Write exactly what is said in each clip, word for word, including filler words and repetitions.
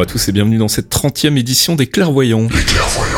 à tous et bienvenue dans cette trentième édition des Clairvoyants. Les Clairvoyants.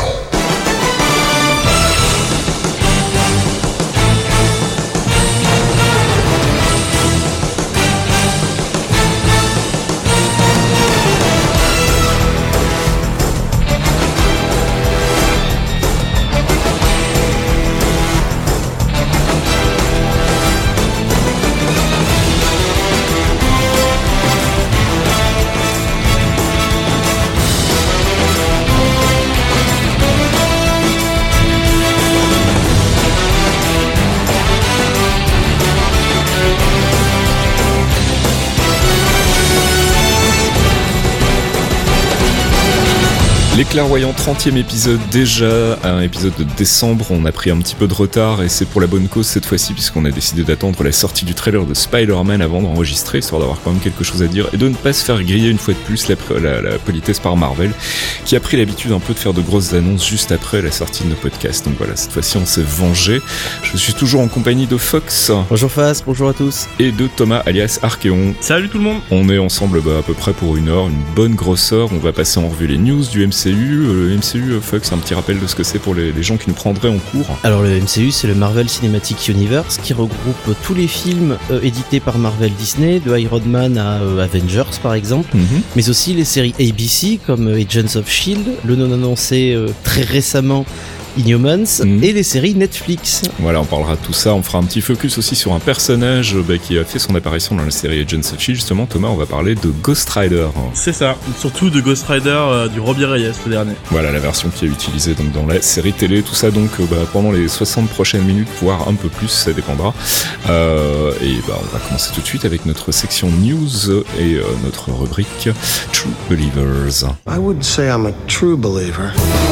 Les Clairvoyants, trentième épisode déjà, un épisode de décembre, on a pris un petit peu de retard et c'est pour la bonne cause cette fois-ci puisqu'on a décidé d'attendre la sortie du trailer de Spider-Man avant d'enregistrer, histoire d'avoir quand même quelque chose à dire et de ne pas se faire griller une fois de plus la, la, la politesse par Marvel qui a pris l'habitude un peu de faire de grosses annonces juste après la sortie de nos podcasts. Donc voilà, cette fois-ci on s'est vengé. Je suis toujours en compagnie de Fox. Bonjour Faz, bonjour à tous. Et de Thomas alias Archéon. Salut tout le monde. On est ensemble bah, à peu près pour une heure, une bonne grosse heure. On va passer en revue les news du M C U. Le M C U, Fox, un petit rappel de ce que c'est pour les, les gens qui nous prendraient en cours. Alors le M C U, c'est le Marvel Cinematic Universe qui regroupe tous les films euh, édités par Marvel Disney, de Iron Man à euh, Avengers par exemple, mm-hmm. mais aussi les séries A B C comme euh, Agents of Shield, le non annoncé euh, très récemment Inhumans, mmh. et les séries Netflix. Voilà, on parlera de tout ça, on fera un petit focus aussi sur un personnage bah, qui a fait son apparition dans la série Agents of Shield. Justement, Thomas, on va parler de Ghost Rider. C'est ça, surtout de Ghost Rider euh, du Robbie Reyes, le dernier. Voilà, la version qui est utilisée donc, dans la série télé, tout ça donc euh, bah, pendant les soixante prochaines minutes, voire un peu plus, ça dépendra. Euh, et bah, on va commencer tout de suite avec notre section news et euh, notre rubrique True Believers. I wouldn't say I'm a true believer.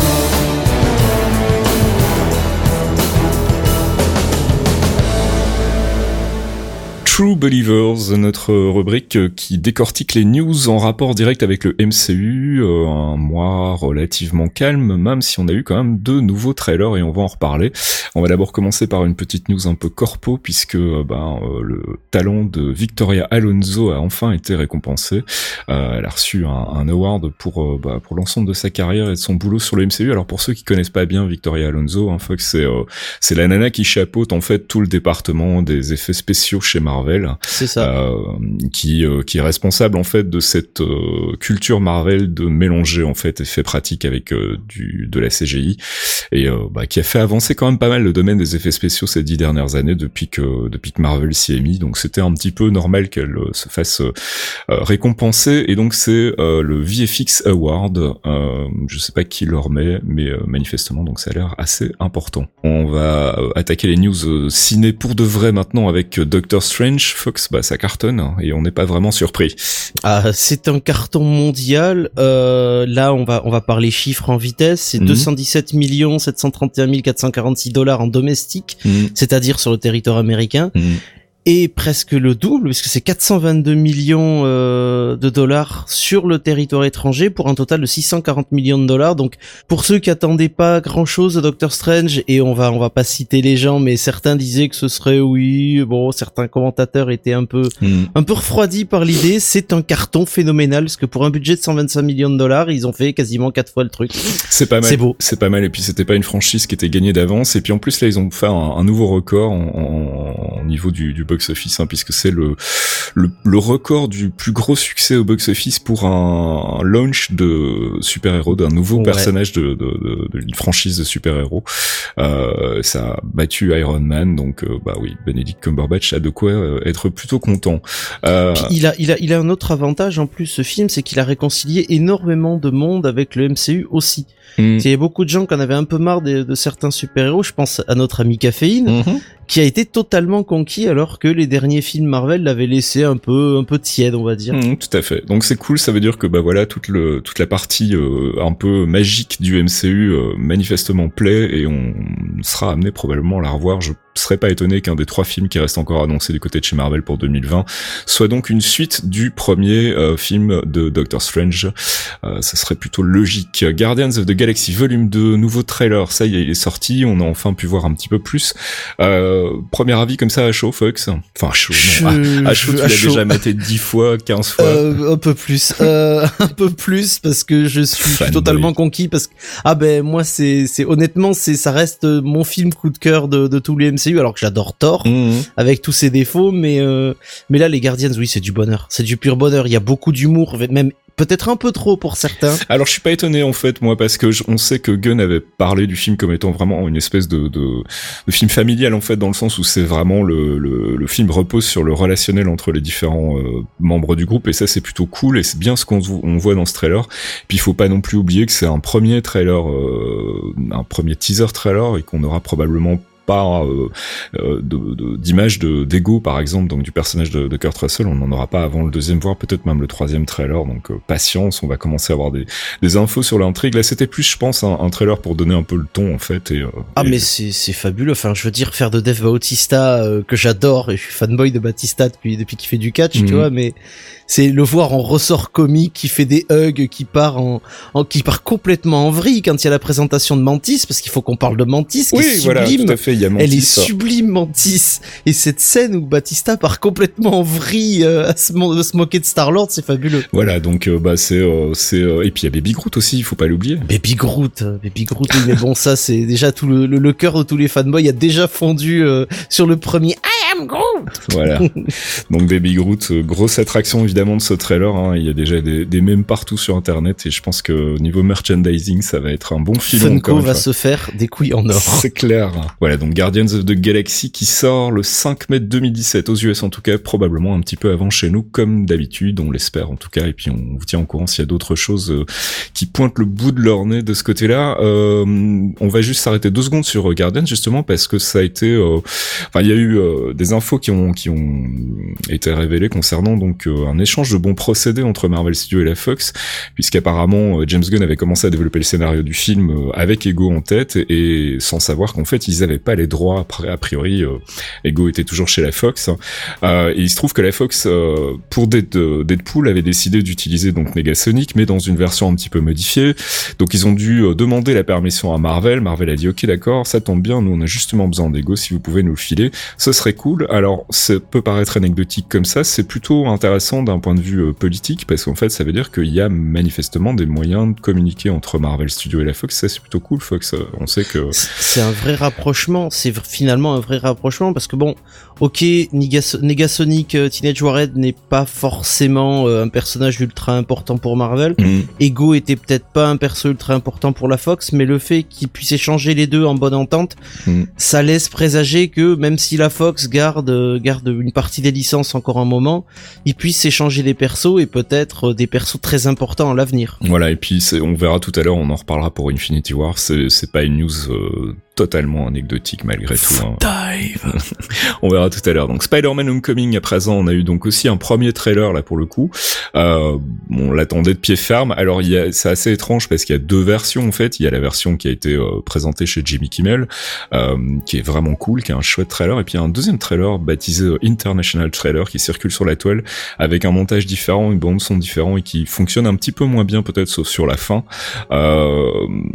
True Believers, notre rubrique qui décortique les news en rapport direct avec le M C U, euh, un mois relativement calme, même si on a eu quand même deux nouveaux trailers et on va en reparler. On va d'abord commencer par une petite news un peu corpo puisque euh, ben, euh, le talent de Victoria Alonso a enfin été récompensé. Euh, elle a reçu un, un award pour euh, bah, pour l'ensemble de sa carrière et de son boulot sur le M C U. Alors pour ceux qui connaissent pas bien Victoria Alonso, hein, Fox, c'est euh, c'est la nana qui chapeaute en fait tout le département des effets spéciaux chez Marvel. C'est ça. Euh, qui euh, qui est responsable en fait de cette euh, culture Marvel de mélanger en fait effets pratiques avec euh, du de la C G I et euh, bah, qui a fait avancer quand même pas mal le domaine des effets spéciaux ces dix dernières années depuis que depuis que Marvel s'y est mis. Donc c'était un petit peu normal qu'elle euh, se fasse euh, récompenser et donc c'est euh, le V F X Award. Euh, je sais pas qui le remet, mais euh, manifestement donc ça a l'air assez important. On va euh, attaquer les news euh, ciné pour de vrai maintenant avec euh, Doctor Strange. Fox, bah ça cartonne et on n'est pas vraiment surpris. Ah, c'est un carton mondial. Euh, là, on va on va parler chiffres en vitesse. C'est mmh. deux cent dix-sept millions sept cent trente et un mille quatre cent quarante-six dollars en domestique, mmh. c'est-à-dire sur le territoire américain. Mmh. Et presque le double, puisque c'est quatre cent vingt-deux millions euh, de dollars sur le territoire étranger pour un total de six cent quarante millions de dollars. Donc, pour ceux qui attendaient pas grand-chose de Doctor Strange, et on va on va pas citer les gens, mais certains disaient que ce serait oui, bon, certains commentateurs étaient un peu mm. un peu refroidis par l'idée. C'est un carton phénoménal, parce que pour un budget de cent vingt-cinq millions de dollars, ils ont fait quasiment quatre fois le truc. C'est pas mal. C'est beau. C'est pas mal. Et puis c'était pas une franchise qui était gagnée d'avance. Et puis en plus là, ils ont fait un, un nouveau record en, en, en niveau du, du box-office, hein, puisque c'est le, le le record du plus gros succès au box-office pour un, un launch de super-héros, d'un nouveau ouais. personnage de, de, de, de une franchise de super-héros. Euh, ça a battu Iron Man, donc euh, bah oui, Benedict Cumberbatch a de quoi euh, être plutôt content. Euh... Puis il a il a il a un autre avantage en plus, ce film, c'est qu'il a réconcilié énormément de monde avec le M C U aussi. Mm. Il y a beaucoup de gens qui en avaient un peu marre de, de certains super-héros. Je pense à notre ami Caféine, mm-hmm. qui a été totalement conquis alors que les derniers films Marvel l'avaient laissé un peu un peu tiède, on va dire. Mm, tout à fait. Donc c'est cool, ça veut dire que bah voilà toute le toute la partie euh, un peu magique du M C U euh, manifestement plaît et on sera amené probablement à la revoir, je serais pas étonné qu'un des trois films qui restent encore annoncés du côté de chez Marvel pour deux mille vingt soit donc une suite du premier euh, film de Doctor Strange. Euh, ça serait plutôt logique. Guardians of the Galaxy Volume deux, nouveau trailer, ça y est, il est sorti, on a enfin pu voir un petit peu plus. Euh, premier avis comme ça à chaud, Fox. Enfin, à chaud, non. À, à chaud, tu l'as déjà maté dix fois, quinze fois. Euh, un peu plus. Euh, un peu plus, parce que je suis Fanboy. totalement conquis, parce que, ah ben, moi, c'est, c'est, honnêtement, c'est, ça reste mon film coup de cœur de, de tout le M C U, alors que j'adore Thor, mmh. avec tous ses défauts, mais, euh, mais là, les Guardians, oui, c'est du bonheur. C'est du pur bonheur. Il y a beaucoup d'humour, même, peut-être un peu trop pour certains. Alors je suis pas étonné en fait moi parce que je, on sait que Gunn avait parlé du film comme étant vraiment une espèce de, de, de film familial en fait, dans le sens où c'est vraiment le, le, le film repose sur le relationnel entre les différents euh, membres du groupe, et ça c'est plutôt cool et c'est bien ce qu'on on voit dans ce trailer. Puis il faut pas non plus oublier que c'est un premier trailer, euh, un premier teaser trailer, et qu'on aura probablement pas euh, euh, de, de, d'images de, d'Ego par exemple, donc du personnage de, de Kurt Russell. On n'en aura pas avant le deuxième, voire peut-être même le troisième trailer, donc euh, patience, on va commencer à avoir des, des infos sur l'intrigue. Là c'était plus je pense un, un trailer pour donner un peu le ton en fait. Et, euh, ah et... mais c'est, c'est fabuleux, enfin je veux dire, faire de Dave Bautista euh, que j'adore, et je suis fanboy de Batista depuis, depuis qu'il fait du catch, mmh. tu vois, mais c'est le voir en ressort comique, qui fait des hugs, qui part en, en qui part complètement en vrille quand il y a la présentation de Mantis, parce qu'il faut qu'on parle de Mantis, qui oui, est sublime. Voilà, tout à fait, il y a Mantis. Elle est sublime, Mantis. Et cette scène où Batista part complètement en vrille euh, à se, mo- se moquer de Star-Lord, c'est fabuleux. Voilà, donc euh, bah c'est euh, c'est euh, et puis il y a Baby Groot aussi, il faut pas l'oublier. Baby Groot, Baby Groot, oui, mais bon, ça c'est déjà tout le le, le cœur de tous les fanboys a déjà fondu euh, sur le premier I am Groot. Voilà. Donc Baby Groot, euh, grosse attraction évidemment de ce trailer, hein. Il y a déjà des, des mèmes partout sur internet, et je pense que au niveau merchandising ça va être un bon filon. Funko va se faire des couilles en or. C'est clair. Voilà, donc Guardians of the Galaxy qui sort le cinq mai deux mille dix-sept aux U S en tout cas, probablement un petit peu avant chez nous comme d'habitude, on l'espère en tout cas, et puis on vous tient au courant s'il y a d'autres choses euh, qui pointent le bout de leur nez de ce côté-là. Euh, on va juste s'arrêter deux secondes sur euh, Guardians justement parce que ça a été, euh, enfin il y a eu euh, des infos qui ont qui ont été révélées concernant donc euh, un échange de bons procédés entre Marvel Studios et la Fox, puisqu'apparemment euh, James Gunn avait commencé à développer le scénario du film euh, avec Ego en tête, et, et sans savoir qu'en fait ils avaient pas les droits a priori. Euh, Ego était toujours chez la Fox, hein. euh, et il se trouve que la Fox euh, pour Deadpool avait décidé d'utiliser donc Negasonic, mais dans une version un petit peu modifiée. Donc ils ont dû euh, demander la permission à Marvel. Marvel a dit ok d'accord, ça tombe bien, nous on a justement besoin d'Ego, si vous pouvez nous le filer, ce serait cool. Alors ça peut paraître anecdotique comme ça, c'est plutôt intéressant d'un point de vue euh, politique, parce qu'en fait ça veut dire qu'il y a manifestement des moyens de communiquer entre Marvel Studios et la Fox. Ça c'est plutôt cool. Fox, euh, on sait que c'est un vrai rapprochement, c'est finalement un vrai rapprochement, parce que bon, ok, Negas- Negasonic euh, Teenage Warhead n'est pas forcément euh, un personnage ultra important pour Marvel. Mmh. Ego était peut-être pas un perso ultra important pour la Fox, mais le fait qu'ils puissent échanger les deux en bonne entente, mmh. ça laisse présager que même si la Fox garde euh, garde une partie des licences encore un moment, ils puissent échanger des persos, et peut-être euh, des persos très importants à l'avenir. Voilà, et puis c'est, on verra tout à l'heure, on en reparlera pour Infinity War, c'est, c'est pas une news euh, totalement anecdotique malgré tout. Hein. Dive. On verra tout à l'heure. Donc Spider-Man Homecoming, à présent, on a eu donc aussi un premier trailer là pour le coup. Euh, on l'attendait de pied ferme. Alors il y a, c'est assez étrange parce qu'il y a deux versions en fait. Il y a la version qui a été euh, présentée chez Jimmy Kimmel, euh, qui est vraiment cool, qui est un chouette trailer, et puis il y a un deuxième trailer baptisé International Trailer qui circule sur la toile avec un montage différent, une bande son différent, et qui fonctionne un petit peu moins bien peut-être, sauf sur la fin. Euh,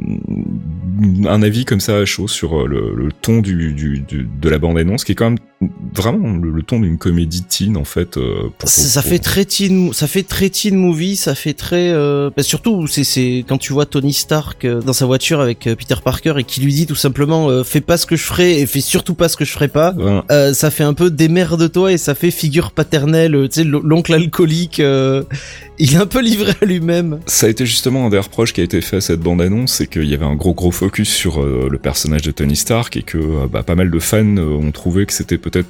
un avis comme ça à chaud sur le, le ton du, du, du de la bande-annonce, qui est quand même vraiment le, le ton d'une comédie teen en fait. Euh, pour, pour, ça pour... fait très teen, ça fait très teen movie, ça fait très. Euh, bah surtout c'est c'est quand tu vois Tony Stark euh, dans sa voiture avec euh, Peter Parker et qui lui dit tout simplement euh, fais pas ce que je ferai et fais surtout pas ce que je ferai pas. Ouais. Euh, ça fait un peu démerde-toi, et ça fait figure paternelle, tu sais, l'oncle alcoolique. Euh, il est un peu livré à lui-même. Ça a été justement un des reproches qui a été fait à cette bande-annonce, c'est qu'il y avait un gros gros focus sur euh, le personnage de Tony Stark, et que euh, bah, pas mal de fans euh, ont trouvé que c'était peut-être pas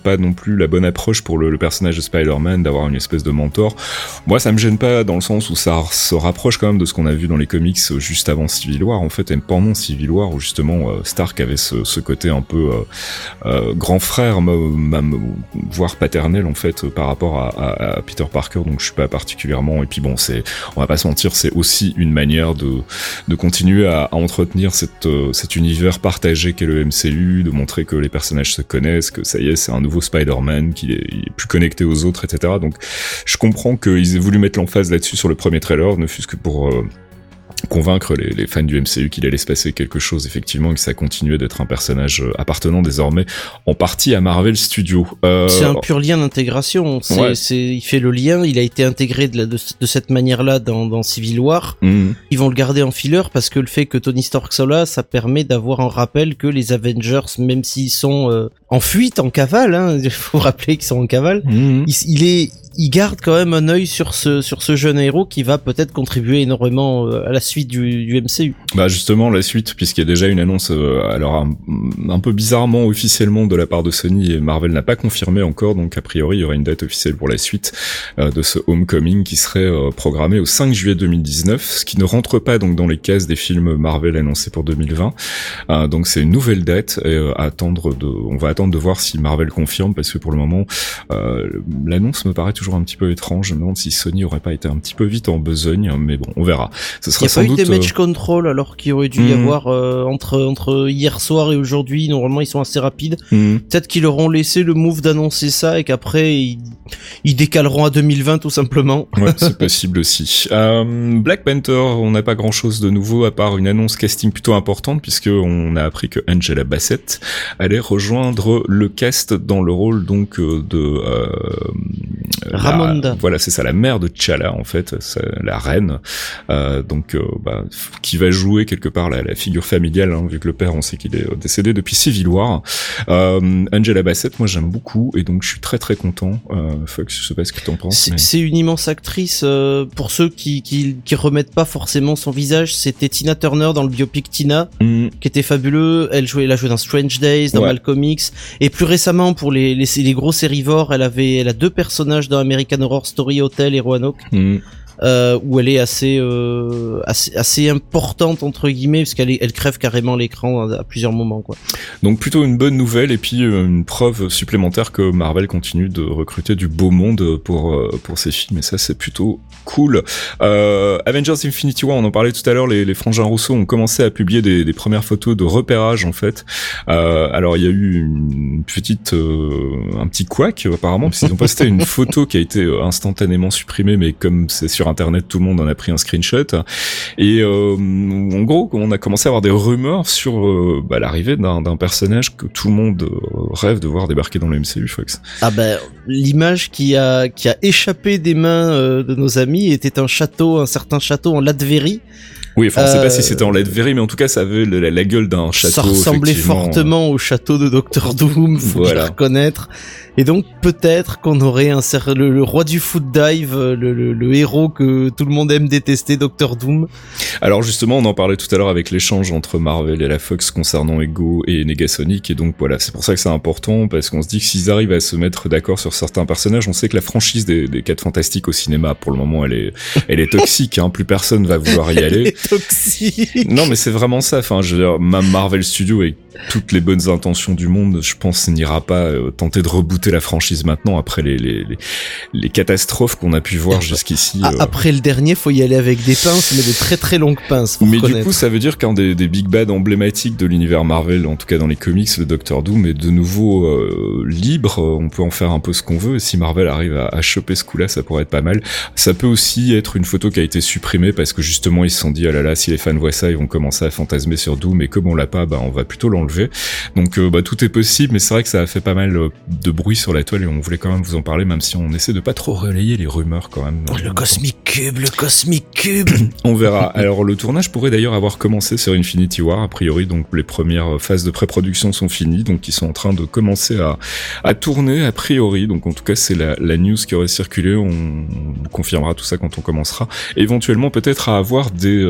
pas non plus la bonne approche pour le, le personnage de Spider-Man d'avoir une espèce de mentor. Moi, ça me gêne pas dans le sens où ça se rapproche quand même de ce qu'on a vu dans les comics juste avant Civil War, en fait, et pendant Civil War, où justement euh, Stark avait ce, ce côté un peu euh, euh, grand frère, même voire paternel en fait par rapport à, à, à Peter Parker. Donc je suis pas particulièrement. Et puis bon, c'est, on va pas se mentir, c'est aussi une manière de de continuer à, à entretenir cette euh, cet univers partagé qu'est le M C U, de montrer que les personnages se connaissent, que ça y est, c'est un nouveau Spider-Man qui est, il est plus connecté aux autres, et cetera. Donc je comprends qu'ils aient voulu mettre l'emphase là-dessus sur le premier trailer, ne fût-ce que pour euh, convaincre les, les fans du M C U qu'il allait se passer quelque chose effectivement et que ça continuait d'être un personnage appartenant désormais en partie à Marvel Studios. Euh... C'est un pur lien d'intégration. C'est, ouais. c'est, il fait le lien. Il a été intégré de, la, de, de cette manière-là dans, dans Civil War. Mmh. Ils vont le garder en filler parce que le fait que Tony Stark soit là, ça permet d'avoir un rappel que les Avengers, même s'ils sont euh, en fuite, en cavale, hein, il faut rappeler qu'ils sont en cavale, mmh. il, il est il garde quand même un œil sur ce sur ce jeune héros qui va peut-être contribuer énormément à la suite du, du M C U. Bah justement la suite, puisqu'il y a déjà une annonce euh, alors un, un peu bizarrement officiellement de la part de Sony, et Marvel n'a pas confirmé encore, donc a priori il y aura une date officielle pour la suite euh, de ce Homecoming qui serait euh, programmé au cinq juillet deux mille dix-neuf, ce qui ne rentre pas donc dans les cases des films Marvel annoncés pour deux mille vingt. Euh, donc c'est une nouvelle date et euh, à attendre de on va attendre de voir si Marvel confirme, parce que pour le moment euh, l'annonce me paraît toujours un petit peu étrange. Je me demande si Sony aurait pas été un petit peu vite en besogne, mais bon, on verra. Ce sera sans doute. Il y a pas eu des match control alors qu'il aurait dû mmh. y avoir euh, entre entre hier soir et aujourd'hui. Normalement, ils sont assez rapides. Mmh. Peut-être qu'ils leur ont laissé le move d'annoncer ça et qu'après ils, ils décaleront à deux mille vingt tout simplement. Ouais, c'est possible aussi. Euh, Black Panther, on n'a pas grand-chose de nouveau à part une annonce casting plutôt importante, puisque on a appris que Angela Bassett allait rejoindre le cast dans le rôle donc de euh, Ramonda. La, voilà, c'est ça, la mère de T'Challa en fait, c'est la reine, euh, donc euh, bah, qui va jouer quelque part la, la figure familiale, hein, vu que le père, on sait qu'il est décédé depuis Civil War. Euh, Angela Bassett, moi j'aime beaucoup et donc je suis très très content. Euh, Fox, je sais pas ce que t'en penses. C'est, mais... c'est une immense actrice. Euh, pour ceux qui, qui qui remettent pas forcément son visage, c'était Tina Turner dans le biopic Tina, mm. qui était fabuleux. Elle jouait, elle a joué dans Strange Days, dans ouais. Malcolm X, et plus récemment pour les les, les gros sérivores, elle avait, elle a deux personnages dans American Horror Story, Hotel et Roanoke. Mm. Euh, où elle est assez, euh, assez assez importante entre guillemets, parce qu'elle est, elle crève carrément l'écran à, à plusieurs moments quoi. Donc plutôt une bonne nouvelle et puis une preuve supplémentaire que Marvel continue de recruter du beau monde pour pour ses films, et ça c'est plutôt cool. Euh, Avengers Infinity War, on en parlait tout à l'heure, les, les frangins Rousseau ont commencé à publier des, des premières photos de repérage en fait. Euh, alors il y a eu une petite euh, un petit couac apparemment, parce qu'ils ont posté une photo qui a été instantanément supprimée, mais comme c'est sur internet, tout le monde en a pris un screenshot, et euh, en gros on a commencé à avoir des rumeurs sur euh, bah, l'arrivée d'un, d'un personnage que tout le monde rêve de voir débarquer dans le M C U, Fox. Ah ben bah, l'image qui a qui a échappé des mains euh, de nos amis était un château, un certain château en Latverie. Oui, enfin, on euh, sait pas si c'était en Latverie, mais en tout cas, ça avait la, la gueule d'un château. Ça ressemblait fortement au château de docteur Doom, faut voilà. bien le reconnaître. Et donc, peut-être qu'on aurait un le, le roi du foot dive, le, le, le héros que tout le monde aime détester, docteur Doom. Alors, justement, on en parlait tout à l'heure avec l'échange entre Marvel et la Fox concernant Ego et Negasonic. Et donc, voilà, c'est pour ça que c'est important, parce qu'on se dit que s'ils arrivent à se mettre d'accord sur certains personnages, on sait que la franchise des, des quatre Fantastiques au cinéma, pour le moment, elle est, elle est toxique, hein. Plus personne va vouloir y aller. Toxique. Non mais c'est vraiment ça, enfin je veux dire, même Marvel Studios avec toutes les bonnes intentions du monde, je pense n'ira pas euh, tenter de rebooter la franchise maintenant après les les les, les catastrophes qu'on a pu voir jusqu'ici. Euh... Après le dernier, faut y aller avec des pinces, mais de très très longues pinces. Faut mais reconnaître. Du coup, ça veut dire qu'un des, des big bad emblématiques de l'univers Marvel, en tout cas dans les comics, le docteur Doom, est de nouveau euh, libre. On peut en faire un peu ce qu'on veut. Et si Marvel arrive à, à choper ce coup-là, ça pourrait être pas mal. Ça peut aussi être une photo qui a été supprimée parce que justement ils se sont dit ah là là, si les fans voient ça, ils vont commencer à fantasmer sur Doom, et comme on l'a pas, bah on va plutôt l'enlever. Donc euh, bah tout est possible, mais c'est vrai que ça a fait pas mal de bruit sur la toile et on voulait quand même vous en parler, même si on essaie de pas trop relayer les rumeurs quand même. Le Cosmic Cube, le Cosmic Cube. On verra. Alors le tournage pourrait d'ailleurs avoir commencé sur Infinity War, a priori, donc les premières phases de pré-production sont finies, donc ils sont en train de commencer à à tourner a priori. Donc en tout cas c'est la, la news qui aurait circulé. On, on confirmera tout ça quand on commencera. Et éventuellement peut-être à avoir des euh,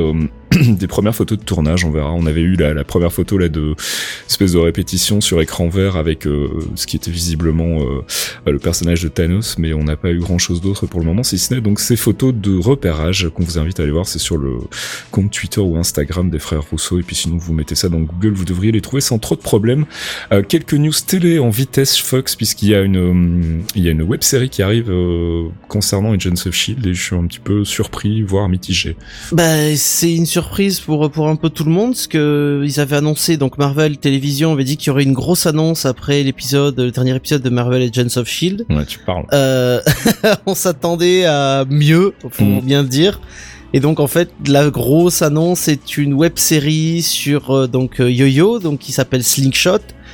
des premières photos de tournage, on verra. On avait eu la, la première photo là de espèce de répétition sur écran vert avec euh, ce qui était visiblement euh, le personnage de Thanos, mais on n'a pas eu grand chose d'autre pour le moment, si ce n'est donc ces photos de repérage qu'on vous invite à aller voir. C'est sur le compte Twitter ou Instagram des frères Rousseau, et puis sinon vous mettez ça dans Google, vous devriez les trouver sans trop de problèmes. Euh, quelques news télé en vitesse Fox, puisqu'il y a une euh, il y a une web série qui arrive euh, concernant Agents of Shield, et je suis un petit peu surpris, voire mitigé. Bah, c'est une surprise pour pour un peu tout le monde, parce que ils avaient annoncé, donc Marvel Télévision avait dit qu'il y aurait une grosse annonce après l'épisode, le dernier épisode de Marvel Agents of Shield. Ouais, tu parles. Euh, on s'attendait à mieux, faut mmh. bien le dire. Et donc en fait, la grosse annonce est une web série sur euh, donc euh, Yo-Yo, donc qui s'appelle Slingshot.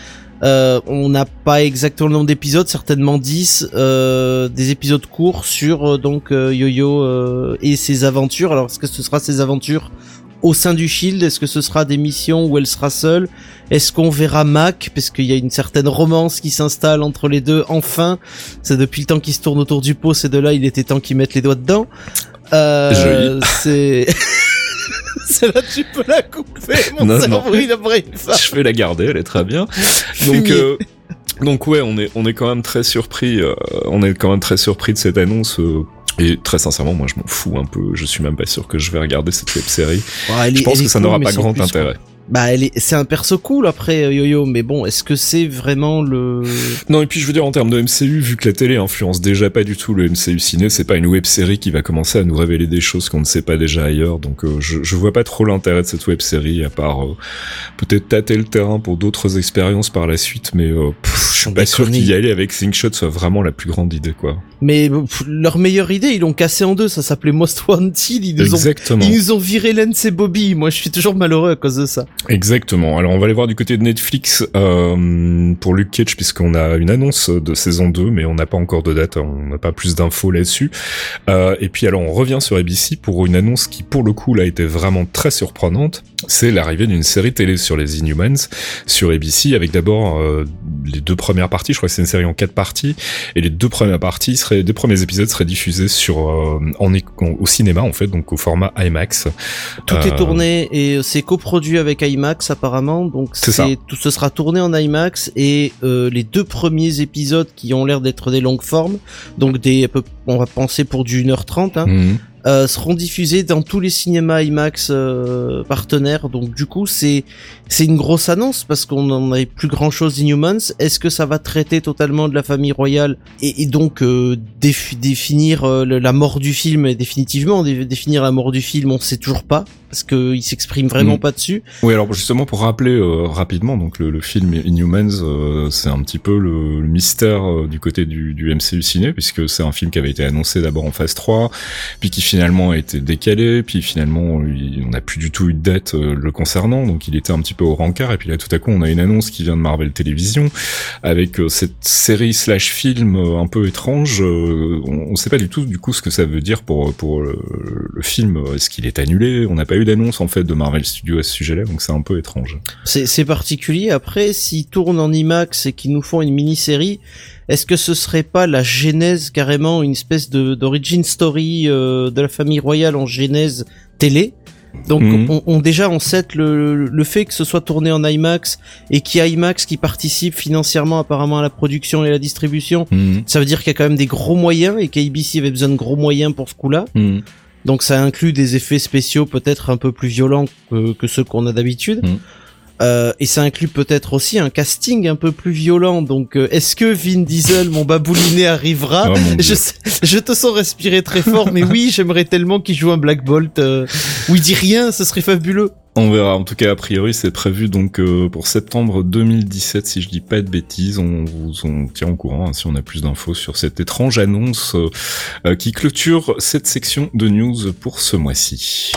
Euh, on n'a pas exactement le nombre d'épisodes, certainement dix, euh, des épisodes courts sur euh, donc euh, Yo-Yo euh, et ses aventures. Alors est-ce que ce sera ses aventures au sein du Shield? Est-ce que ce sera des missions où elle sera seule? Est-ce qu'on verra Mac? Parce qu'il y a une certaine romance qui s'installe entre les deux, enfin. C'est depuis le temps qu'ils se tournent autour du pot, ces deux-là, il était temps qu'ils mettent les doigts dedans. Euh, Joli. C'est... Celle-là, tu peux la couper, mon non, cerveau, non. il a pris une femme. Je vais la garder, elle est très bien. Donc, euh, donc ouais, on est, on est quand même très surpris, euh, on est quand même très surpris de cette annonce, euh, et très sincèrement, moi, je m'en fous un peu, je suis même pas sûr que je vais regarder cette web-série. Oh, je est, pense que ça cool, n'aura pas grand intérêt. Quoi. Bah, elle est, c'est un perso cool après Yo-Yo, mais bon, est-ce que c'est vraiment le... Non, et puis je veux dire, en termes de M C U, vu que la télé influence déjà pas du tout le M C U ciné, c'est pas une web-série qui va commencer à nous révéler des choses qu'on ne sait pas déjà ailleurs, donc euh, je, je vois pas trop l'intérêt de cette web-série, à part euh, peut-être tâter le terrain pour d'autres expériences par la suite, mais euh, pff, je suis pas sûr qu'y aller avec Slingshot soit vraiment la plus grande idée, quoi. Mais pff, leur meilleure idée, ils l'ont cassé en deux, ça s'appelait Most Wanted, ils nous Exactement. ont, ils nous ont viré Lance et Bobby, moi je suis toujours malheureux à cause de ça. Exactement. Alors on va aller voir du côté de Netflix euh, pour Luke Cage, puisqu'on a une annonce de saison deux, mais on n'a pas encore de date, on n'a pas plus d'infos là-dessus. Euh, et puis alors on revient sur A B C pour une annonce qui pour le coup là était vraiment très surprenante. C'est l'arrivée d'une série télé sur les Inhumans sur A B C, avec d'abord euh, les deux premières parties, je crois que c'est une série en quatre parties, et les deux premières parties seraient, les deux premiers épisodes seraient diffusés sur euh, en, en au cinéma en fait, donc au format IMAX. Tout euh, est tourné et c'est coproduit avec IMAX apparemment, donc c'est, c'est tout ce sera tourné en IMAX, et euh, les deux premiers épisodes qui ont l'air d'être des longues formes, donc des on va penser pour du une heure trente hein. Mmh. Euh, seront diffusés dans tous les cinémas IMAX euh, partenaires. Donc du coup c'est c'est une grosse annonce parce qu'on n'en avait plus grand chose d'Inhumans. Est-ce que ça va traiter totalement de la famille royale et, et donc euh, défi- définir euh, la mort du film définitivement dé- définir la mort du film, on sait toujours pas parce que il s'exprime vraiment mmh. pas dessus. Oui, alors justement pour rappeler euh, rapidement, donc le, le film Inhumans, euh, c'est un petit peu le, le mystère euh, du côté du, du M C U ciné, puisque c'est un film qui avait été annoncé d'abord en phase trois, puis qui finalement a été décalé, puis finalement il, on n'a plus du tout eu de date euh, le concernant, donc il était un petit peu au rencard, et puis là tout à coup on a une annonce qui vient de Marvel Télévision avec euh, cette série slash film euh, un peu étrange. Euh, on, on sait pas du tout du coup ce que ça veut dire pour pour le, le film. Est-ce qu'il est annulé? On n'a pas eu d'annonce en fait de Marvel Studios à ce sujet-là, donc c'est un peu étrange. C'est, c'est particulier. Après, s'ils tournent en IMAX et qu'ils nous font une mini-série, est-ce que ce serait pas la genèse carrément, une espèce de d'origin story euh, de la famille royale en genèse télé? Donc mmh. on, on déjà on sait le le fait que ce soit tourné en IMAX et qu'il y a IMAX qui participe financièrement apparemment à la production et à la distribution, mmh. ça veut dire qu'il y a quand même des gros moyens et qu'A B C avait besoin de gros moyens pour ce coup-là. Mmh. Donc ça inclut des effets spéciaux peut-être un peu plus violents que, que ceux qu'on a d'habitude. Mmh. Euh, et ça inclut peut-être aussi un casting un peu plus violent. Donc euh, est-ce que Vin Diesel, mon babouliné, arrivera? Oh, je, sais, je te sens respirer très fort, mais oui, j'aimerais tellement qu'il joue un Black Bolt euh, où il dit rien, ce serait fabuleux. On verra. En tout cas, a priori, c'est prévu donc euh, pour septembre deux mille dix-sept, si je dis pas de bêtises. On vous on tient au courant hein, si on a plus d'infos sur cette étrange annonce euh, euh, qui clôture cette section de news pour ce mois-ci.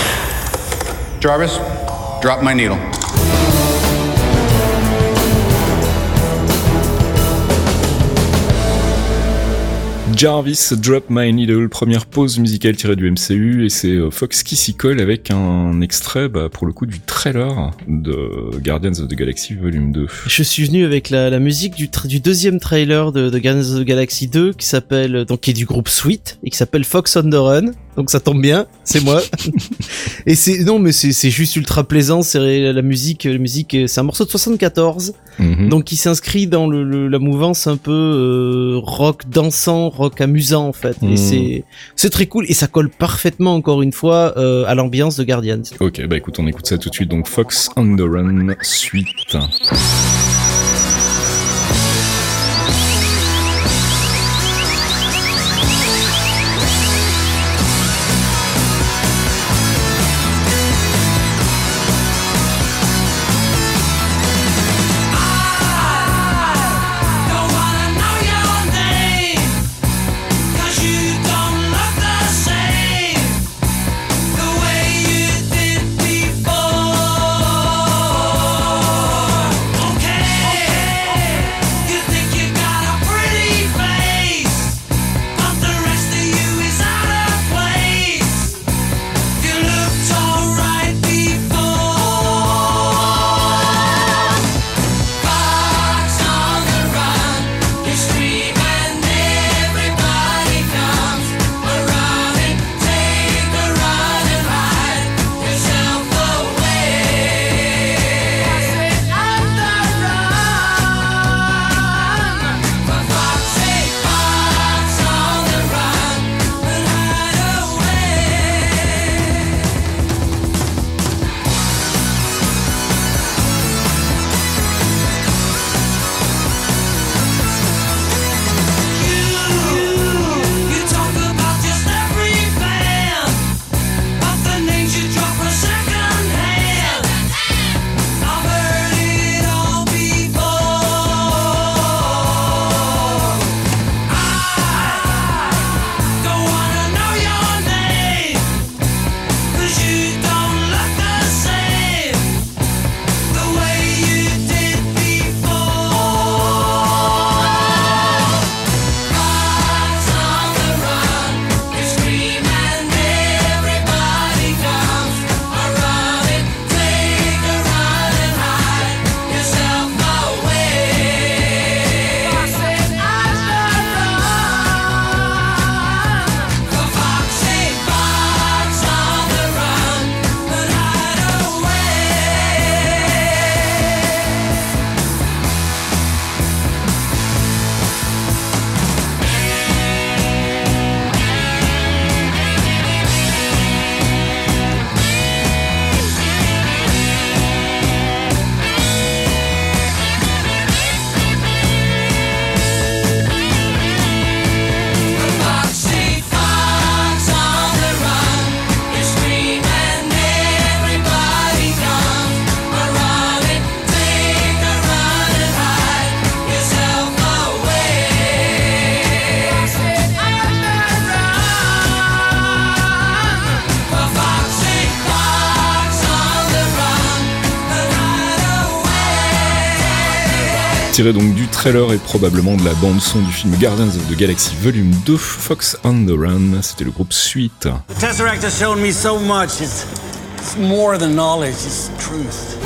Jarvis, drop my needle. Jarvis, Drop My Needle, première pause musicale tirée du M C U, et c'est Fox qui s'y colle avec un extrait, bah, pour le coup, du trailer de Guardians of the Galaxy Volume deux. Je suis venu avec la, la musique du, tra- du deuxième trailer de, de Guardians of the Galaxy deux, qui s'appelle, donc, qui est du groupe Sweet, et qui s'appelle Fox on the Run. donc ça tombe bien, c'est moi. Et c'est non mais c'est c'est juste ultra plaisant, c'est la musique la musique c'est un morceau de soixante-quatorze. Mm-hmm. Donc qui s'inscrit dans le, le la mouvance un peu euh, rock dansant, rock amusant en fait. Mm. Et c'est c'est très cool et ça colle parfaitement encore une fois euh, à l'ambiance de Guardians. OK, bah écoute, on écoute ça tout de suite, donc Fox on the Run suite. Tiré donc du trailer et probablement de la bande-son du film Guardians of the Galaxy Volume deux, Fox on the Run, c'était le groupe Suite. The Tesseract has shown me so much. It's, it's more than knowledge, it's truth.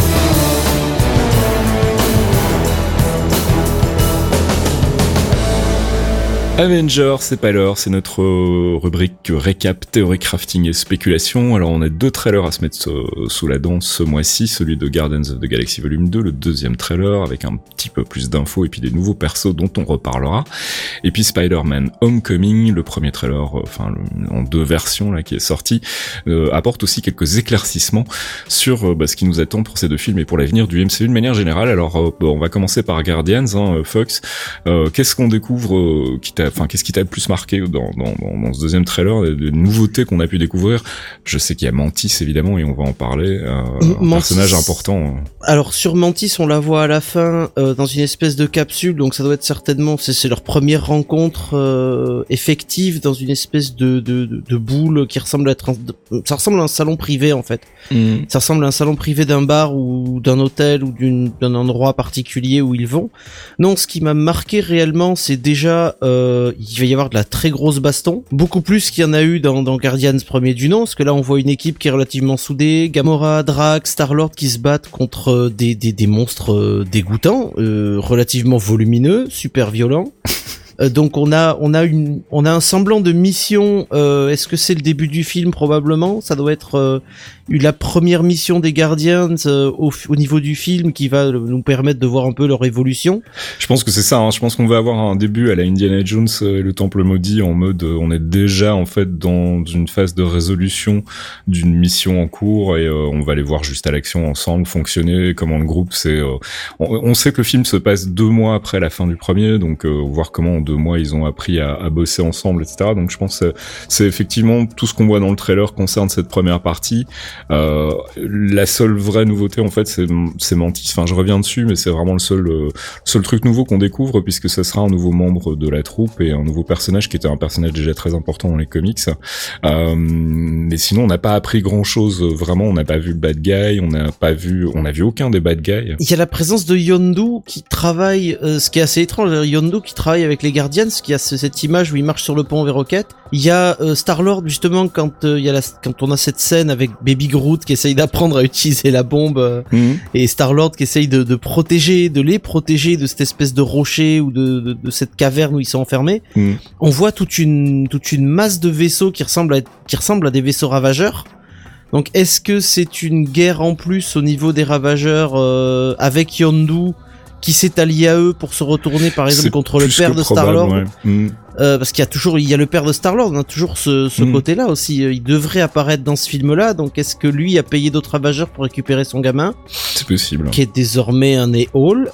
Avengers, c'est pas l'heure, c'est notre rubrique récap, théorie, crafting et spéculation. Alors on a deux trailers à se mettre sous la dent ce mois-ci, celui de Guardians of the Galaxy Volume deux, le deuxième trailer avec un petit peu plus d'infos et puis des nouveaux persos dont on reparlera. Et puis Spider-Man Homecoming, le premier trailer, enfin le, en deux versions là qui est sorti, euh, apporte aussi quelques éclaircissements sur euh, bah, ce qui nous attend pour ces deux films et pour l'avenir du M C U de manière générale. Alors euh, bon, on va commencer par Guardians, hein, Fox. Euh, qu'est-ce qu'on découvre euh, qui t'a Enfin, qu'est-ce qui t'a le plus marqué dans, dans, dans ce deuxième trailer, des nouveautés qu'on a pu découvrir? Je sais qu'il y a Mantis évidemment et on va en parler, euh, un personnage important. Alors sur Mantis, on la voit à la fin euh, dans une espèce de capsule, donc ça doit être certainement c'est, c'est leur première rencontre euh, effective dans une espèce de, de, de, de boule qui ressemble à être un, ça ressemble à un salon privé en fait. Mmh. Ça ressemble à un salon privé d'un bar ou d'un hôtel ou d'une, d'un endroit particulier où ils vont. Non, ce qui m'a marqué réellement, c'est déjà euh, il va y avoir de la très grosse baston, beaucoup plus qu'il y en a eu dans, dans Guardians premier du nom, parce que là on voit une équipe qui est relativement soudée, Gamora, Drax, Star-Lord qui se battent contre des, des, des monstres dégoûtants, euh, relativement volumineux, super violents. Euh, donc on a on a une on a un semblant de mission. Euh, est-ce que c'est le début du film? Probablement. Ça doit être euh, la première mission des Guardians euh, au, au niveau du film qui va nous permettre de voir un peu leur évolution. Je pense que c'est ça. Hein. Je pense qu'on va avoir un début à la Indiana Jones et le Temple maudit en mode euh, on est déjà en fait dans une phase de résolution d'une mission en cours et euh, on va les voir juste à l'action ensemble fonctionner. Comment le groupe c'est. Euh, on, on sait que le film se passe deux mois après la fin du premier, donc euh, voir comment en deux mois ils ont appris à, à bosser ensemble, et cetera. Donc je pense que c'est effectivement tout ce qu'on voit dans le trailer concerne cette première partie. Euh, la seule vraie nouveauté en fait c'est, c'est Mantis. Enfin je reviens dessus mais c'est vraiment le seul euh, seul truc nouveau qu'on découvre puisque ça sera un nouveau membre de la troupe et un nouveau personnage qui était un personnage déjà très important dans les comics. Euh, mais sinon on n'a pas appris grand chose vraiment. On n'a pas vu le bad guy, on n'a pas vu, on n'a vu aucun des bad guys. Il y a la présence de Yondu qui travaille, euh, ce qui est assez étrange. Yondu qui travaille avec les Guardians, qui a ce, cette image où il marche sur le pont vers Rocket. Il y a euh, Star-Lord justement quand euh, il y a la, quand on a cette scène avec Baby Groot qui essaye d'apprendre à utiliser la bombe euh, mmh. et Star-Lord qui essaye de, de protéger, de les protéger de cette espèce de rocher ou de, de, de cette caverne où ils sont enfermés. Mmh. On voit toute une toute une masse de vaisseaux qui ressemblent à qui ressemblent à des vaisseaux ravageurs. Donc est-ce que c'est une guerre en plus au niveau des ravageurs euh, avec Yondu qui s'est allié à eux pour se retourner par exemple c'est contre le père de Star-Lord ouais. mm. euh, parce qu'il y a toujours il y a le père de Star-Lord, on a toujours ce, ce mm. côté-là aussi. Il devrait apparaître dans ce film-là. Donc est-ce que lui a payé d'autres ravageurs pour récupérer son gamin? C'est possible. Qui est désormais un A-Hole.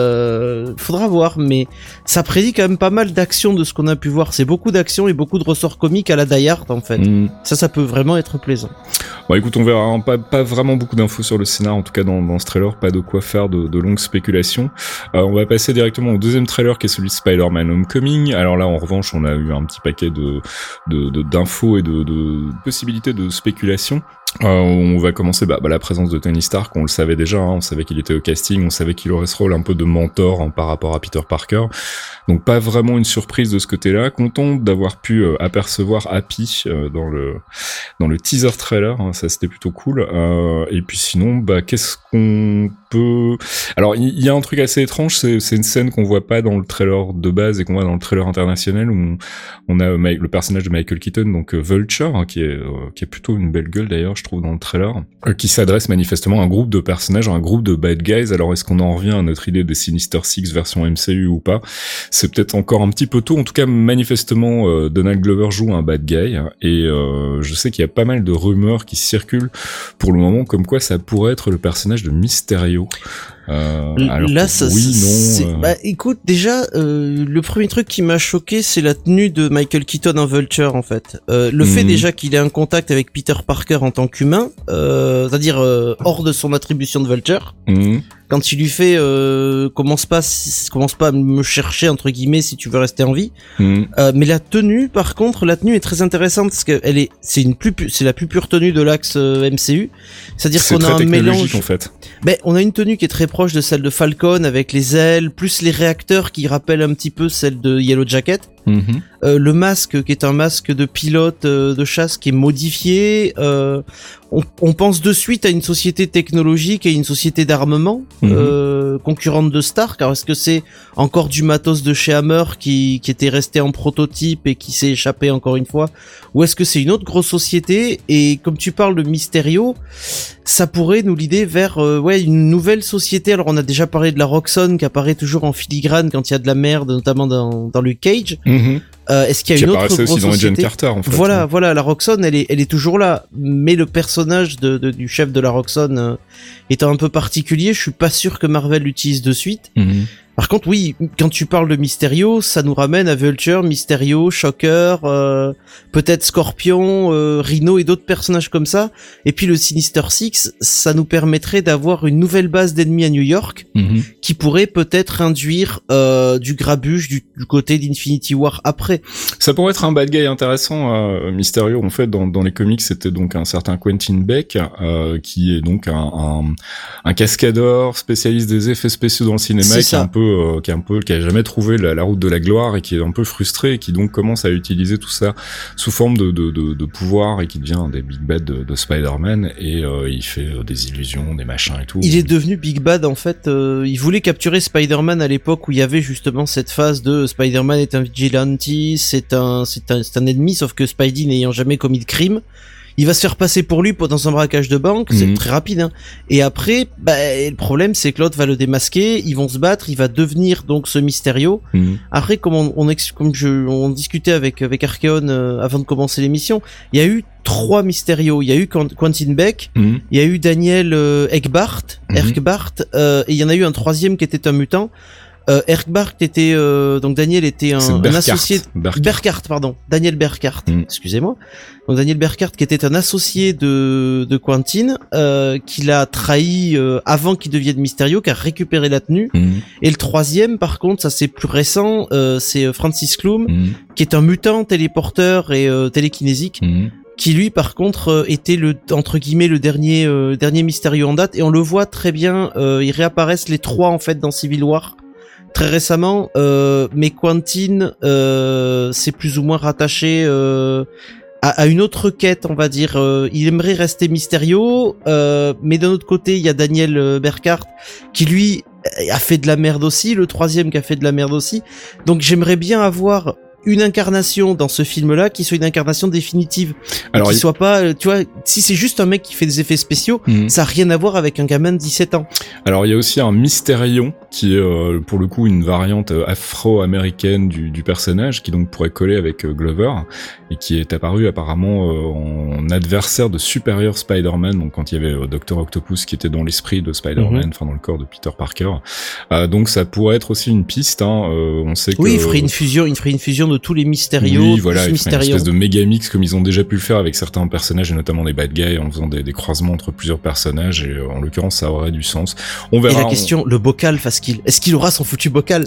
Euh, faudra voir, mais ça prédit quand même pas mal d'actions de ce qu'on a pu voir. C'est beaucoup d'actions et beaucoup de ressorts comiques à la Die Hard en fait. Mm. Ça, ça peut vraiment être plaisant. Bon, écoute, on verra. Hein, pas, pas vraiment beaucoup d'infos sur le scénar, en tout cas dans, dans ce trailer, pas de quoi faire de, de longues spéculations. Euh, on va passer directement au deuxième trailer qui est celui de Spider-Man Homecoming. Alors là, en revanche, on a eu un petit paquet de, de, de d'infos et de, de possibilités de spéculation. Euh, on va commencer bah, bah, la présence de Tony Stark, on le savait déjà, hein, on savait qu'il était au casting, on savait qu'il aurait ce rôle un peu de mentor hein, par rapport à Peter Parker. Donc pas vraiment une surprise de ce côté-là. Content d'avoir pu euh, apercevoir Happy euh, dans le dans le teaser trailer, hein, ça c'était plutôt cool. Euh, et puis sinon, bah qu'est-ce qu'on peut... Alors il y, y a un truc assez étrange, c'est, c'est une scène qu'on voit pas dans le trailer de base et qu'on voit dans le trailer international où on, on a euh, le personnage de Michael Keaton, donc euh, Vulture, hein, qui est euh, qui est plutôt une belle gueule d'ailleurs, je trouve dans le trailer, euh, qui s'adresse manifestement à un groupe de personnages, à un groupe de bad guys. Alors est-ce qu'on en revient à notre idée des Sinister Six version M C U ou pas? C'est peut-être encore un petit peu tôt. En tout cas, manifestement, euh, Donald Glover joue un bad guy et euh, je sais qu'il y a pas mal de rumeurs qui circulent pour le moment comme quoi ça pourrait être le personnage de Mysterio. Euh, alors là, ça, oui, non. Euh... Bah, écoute, déjà, euh, le premier truc qui m'a choqué, c'est la tenue de Michael Keaton en Vulture, en fait. Euh, le mmh. fait déjà qu'il ait un contact avec Peter Parker en tant qu'humain, euh, c'est-à-dire euh, hors de son attribution de Vulture. Mmh. Quand il lui fait euh, commence pas commence pas à me chercher entre guillemets si tu veux rester en vie. Mmh. Euh, mais la tenue, par contre, la tenue est très intéressante parce que elle est c'est une plus c'est la plus pure tenue de l'axe euh, M C U. C'est-à-dire c'est qu'on a un mélange. En fait. Ben on a une tenue qui est très proche de celle de Falcon avec les ailes plus les réacteurs qui rappellent un petit peu celle de Yellow Jacket. Mmh. Euh, le masque qui est un masque de pilote euh, de chasse qui est modifié. Euh, on, on pense de suite à une société technologique et une société d'armement mmh. euh, concurrente de Stark. Alors est-ce que c'est encore du matos de chez Hammer qui, qui était resté en prototype et qui s'est échappé encore une fois, ou est-ce que c'est une autre grosse société? Et comme tu parles de Mysterio, ça pourrait nous l'idée vers euh, ouais une nouvelle société. Alors on a déjà parlé de la Roxxon qui apparaît toujours en filigrane quand il y a de la merde, notamment dans, dans Luke Cage. Mmh. Euh, est-ce qu'il y a qui une autre grosse aussi dans société? Carter, en fait, voilà, hein. voilà, la Roxxon, elle est, elle est toujours là, mais le personnage de, de du chef de la Roxxon euh, étant un peu particulier, je suis pas sûr que Marvel l'utilise de suite. Mmh. Par contre, oui, quand tu parles de Mysterio, ça nous ramène à Vulture, Mysterio, Shocker, euh, peut-être Scorpion, euh, Rhino et d'autres personnages comme ça. Et puis le Sinister Six, ça nous permettrait d'avoir une nouvelle base d'ennemis à New York, mm-hmm. qui pourrait peut-être induire euh, du grabuge du, du côté d'Infinity War après. Ça pourrait être un bad guy intéressant, euh, Mysterio. En fait, dans, dans les comics, c'était donc un certain Quentin Beck, euh, qui est donc un, un, un cascadeur spécialiste des effets spéciaux dans le cinéma, qui est un peu euh, qui est un peu, qui a jamais trouvé la, la route de la gloire et qui est un peu frustré et qui donc commence à utiliser tout ça sous forme de, de, de, de pouvoir et qui devient un des big bad de, de Spider-Man et euh, il fait euh, des illusions, des machins et tout. Il est devenu big bad en fait. Euh, il voulait capturer Spider-Man à l'époque où il y avait justement cette phase de Spider-Man est un vigilante, c'est un, c'est un, c'est un ennemi, sauf que Spidey n'ayant jamais commis de crime. Il va se faire passer pour lui dans un braquage de banque, c'est mmh. très rapide. Hein. Et après, bah, le problème, c'est que l'autre va le démasquer, ils vont se battre, il va devenir donc ce Mysterio. Mmh. Après, comme on, on, comme je, on discutait avec avec Archeon euh, avant de commencer l'émission, il y a eu trois Mysterio. Il y a eu Quentin Beck, mmh. il y a eu Daniel euh, Eckbart, mmh. Eckbart, euh, et il y y en a eu un troisième qui était un mutant. Euh, Eckbart était euh, donc Daniel était un, un associé Berkart. Berkart pardon Daniel Berkart mm. excusez-moi donc Daniel Berkart qui était un associé de de Quentin euh, qui l'a trahi euh, avant qu'il devienne Mysterio, qui a récupéré la tenue mm. et le troisième par contre ça c'est plus récent, euh, c'est Francis Klum mm. qui est un mutant téléporteur et euh, télékinésique mm. qui lui par contre euh, était le entre guillemets le dernier euh, dernier Mysterio en date, et on le voit très bien, euh, ils réapparaissent les trois en fait dans Civil War très récemment, euh, mais Quentin euh, c'est plus ou moins rattaché euh, à, à une autre quête, on va dire. Euh, il aimerait rester Mysterio, euh, mais d'un autre côté il y a Daniel Berkart qui lui a fait de la merde aussi, le troisième qui a fait de la merde aussi. Donc j'aimerais bien avoir une incarnation dans ce film-là qui soit une incarnation définitive. Alors, qui il... soit pas, tu vois, si c'est juste un mec qui fait des effets spéciaux, mmh. ça a rien à voir avec un gamin de dix-sept ans. Alors il y a aussi un Mysterion qui est euh, pour le coup une variante afro-américaine du, du personnage qui donc pourrait coller avec euh, Glover et qui est apparu apparemment euh, en adversaire de Superior Spider-Man, donc quand il y avait euh, Docteur Octopus qui était dans l'esprit de Spider-Man, mmh. enfin dans le corps de Peter Parker. Euh, donc ça pourrait être aussi une piste. Hein, euh, on sait que oui, il ferait une fusion, il ferait une fusion de tous les Mysterio. Oui, voilà, il ferait une espèce de méga mix comme ils ont déjà pu le faire avec certains personnages et notamment des bad guys en faisant des, des croisements entre plusieurs personnages et euh, en l'occurrence ça aurait du sens. On verra. Et la question, on... le bocal, face qu'il, est-ce qu'il aura son foutu bocal?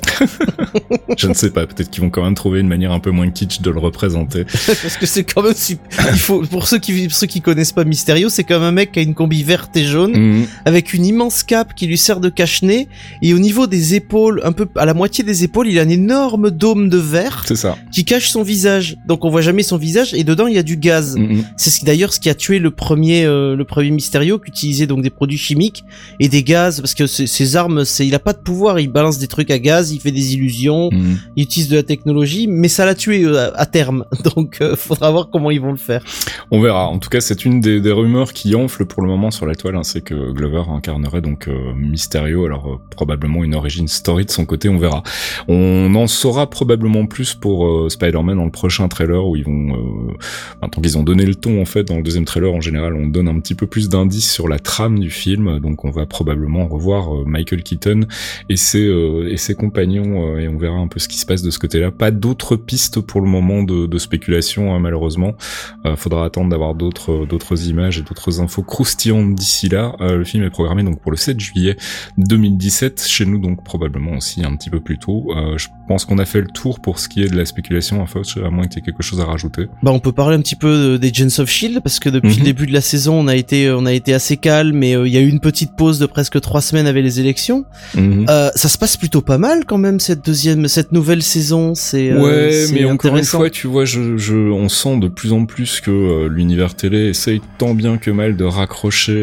Je ne sais pas, peut-être qu'ils vont quand même trouver une manière un peu moins kitsch de le représenter. Parce que c'est quand même, il faut, pour ceux qui, pour ceux qui connaissent pas Mysterio, c'est comme un mec qui a une combi verte et jaune, mmh. avec une immense cape qui lui sert de cache-nez, et au niveau des épaules, un peu, à la moitié des épaules, il a un énorme dôme de verre. C'est ça. Qui cache son visage. Donc on voit jamais son visage, et dedans il y a du gaz. Mmh. C'est ce qui, d'ailleurs, ce qui a tué le premier, euh, le premier Mysterio, qui utilisait donc des produits chimiques et des gaz, parce que ses armes, c'est, il a pas de pouvoir, il balance des trucs à gaz, il fait des illusions, mmh. il utilise de la technologie, mais ça l'a tué euh, à terme. Donc euh, faudra voir comment ils vont le faire. On verra. En tout cas, c'est une des, des rumeurs qui enfle pour le moment sur la toile, hein, c'est que Glover incarnerait donc euh, Mysterio, alors euh, probablement une origin story de son côté, on verra. On en saura probablement plus pour euh, Spider-Man dans le prochain trailer où ils vont, euh, maintenant qu'ils ont donné le ton en fait, dans le deuxième trailer en général, on donne un petit peu plus d'indices sur la trame du film, donc on va probablement revoir euh, Michael Keaton et ses, euh, et ses compagnons euh, et on verra un peu ce qui se passe de ce côté-là. Pas d'autres pistes pour le moment de, de spéculation, hein, malheureusement. Euh, faudra attendre d'avoir d'autres, d'autres images et d'autres infos croustillantes d'ici là. Euh, le film est programmé donc pour le sept juillet deux mille dix-sept, chez nous donc probablement aussi un petit peu plus tôt. Euh, je pense qu'on a fait le tour pour ce qui est de la spéculation, enfin, à moins que tu aies quelque chose à rajouter. Bah, on peut parler un petit peu des Agents of Shield parce que depuis mm-hmm. le début de la saison, on a été, on a été assez calme, et il euh, y a eu une petite pause de presque trois semaines avec les élections. Mm-hmm. Euh, ça se passe plutôt pas mal quand même cette deuxième, cette nouvelle saison. C'est euh, ouais, c'est mais encore une fois, tu vois, je, je, on sent de plus en plus que euh, l'univers télé essaye tant bien que mal de raccrocher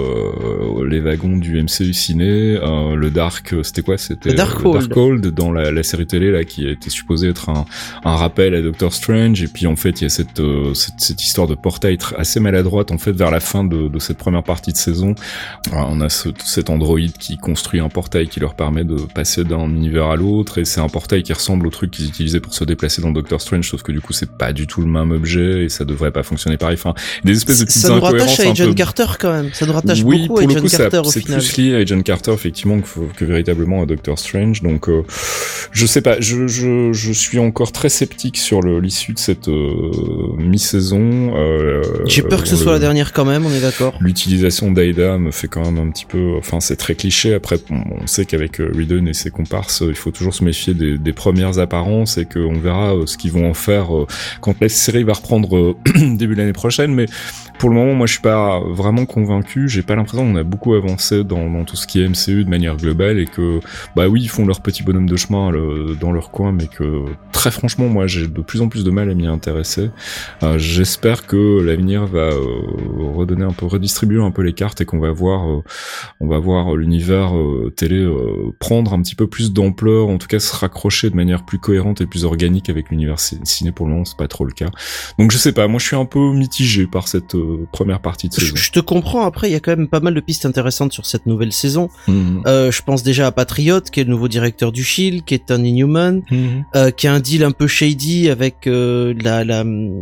euh, les wagons du M C U ciné. Euh, le Dark, c'était quoi? C'était Darkhold. Euh, Darkhold dans la, la série télé là qui était supposée être un, un rappel à Doctor Strange, et puis en fait il y a cette, euh, cette cette histoire de portail assez maladroite en fait vers la fin de, de cette première partie de saison. Alors, on a ce, cet androïde qui construit un portail qui leur permet de passer d'un univers à l'autre, et c'est un portail qui ressemble au truc qu'ils utilisaient pour se déplacer dans Doctor Strange, sauf que du coup c'est pas du tout le même objet et ça devrait pas fonctionner pareil. Enfin, des espèces de petites ça incohérences. Ça nous rattache à Agent peu... Carter quand même. Ça nous rattache oui, beaucoup à Agent coup, Carter ça, au c'est final. C'est plus lié à Agent Carter effectivement que, que véritablement à Doctor Strange. Donc euh, je sais pas, je je je suis encore encore très sceptique sur le, l'issue de cette euh, mi-saison. Euh, J'ai peur que ce le, soit la dernière quand même, on est d'accord. L'utilisation d'Aida me fait quand même un petit peu... Enfin, c'est très cliché. Après, on, on sait qu'avec euh, Whedon et ses comparses, il faut toujours se méfier des, des premières apparences et qu'on verra euh, ce qu'ils vont en faire euh, quand la série va reprendre euh, début de l'année prochaine. Mais pour le moment, moi, je suis pas vraiment convaincu. J'ai pas l'impression qu'on a beaucoup avancé dans, dans tout ce qui est M C U de manière globale et que, bah oui, ils font leur petit bonhomme de chemin le, dans leur coin, mais que très franchement, moi, j'ai de plus en plus de mal à m'y intéresser. Euh, j'espère que l'avenir va euh, redonner un peu, redistribuer un peu les cartes et qu'on va voir, euh, on va voir l'univers euh, télé euh, prendre un petit peu plus d'ampleur, en tout cas se raccrocher de manière plus cohérente et plus organique avec l'univers ciné. Pour le moment, c'est pas trop le cas. Donc je sais pas, moi je suis un peu mitigé par cette euh, première partie de saison. Je, je te comprends. Après, il y a quand même pas mal de pistes intéressantes sur cette nouvelle saison. Mmh. Euh, je pense déjà à Patriot, qui est le nouveau directeur du Shield, qui est un Inhuman, Mmh. euh, qui a un deal un peu shady avec euh, la, la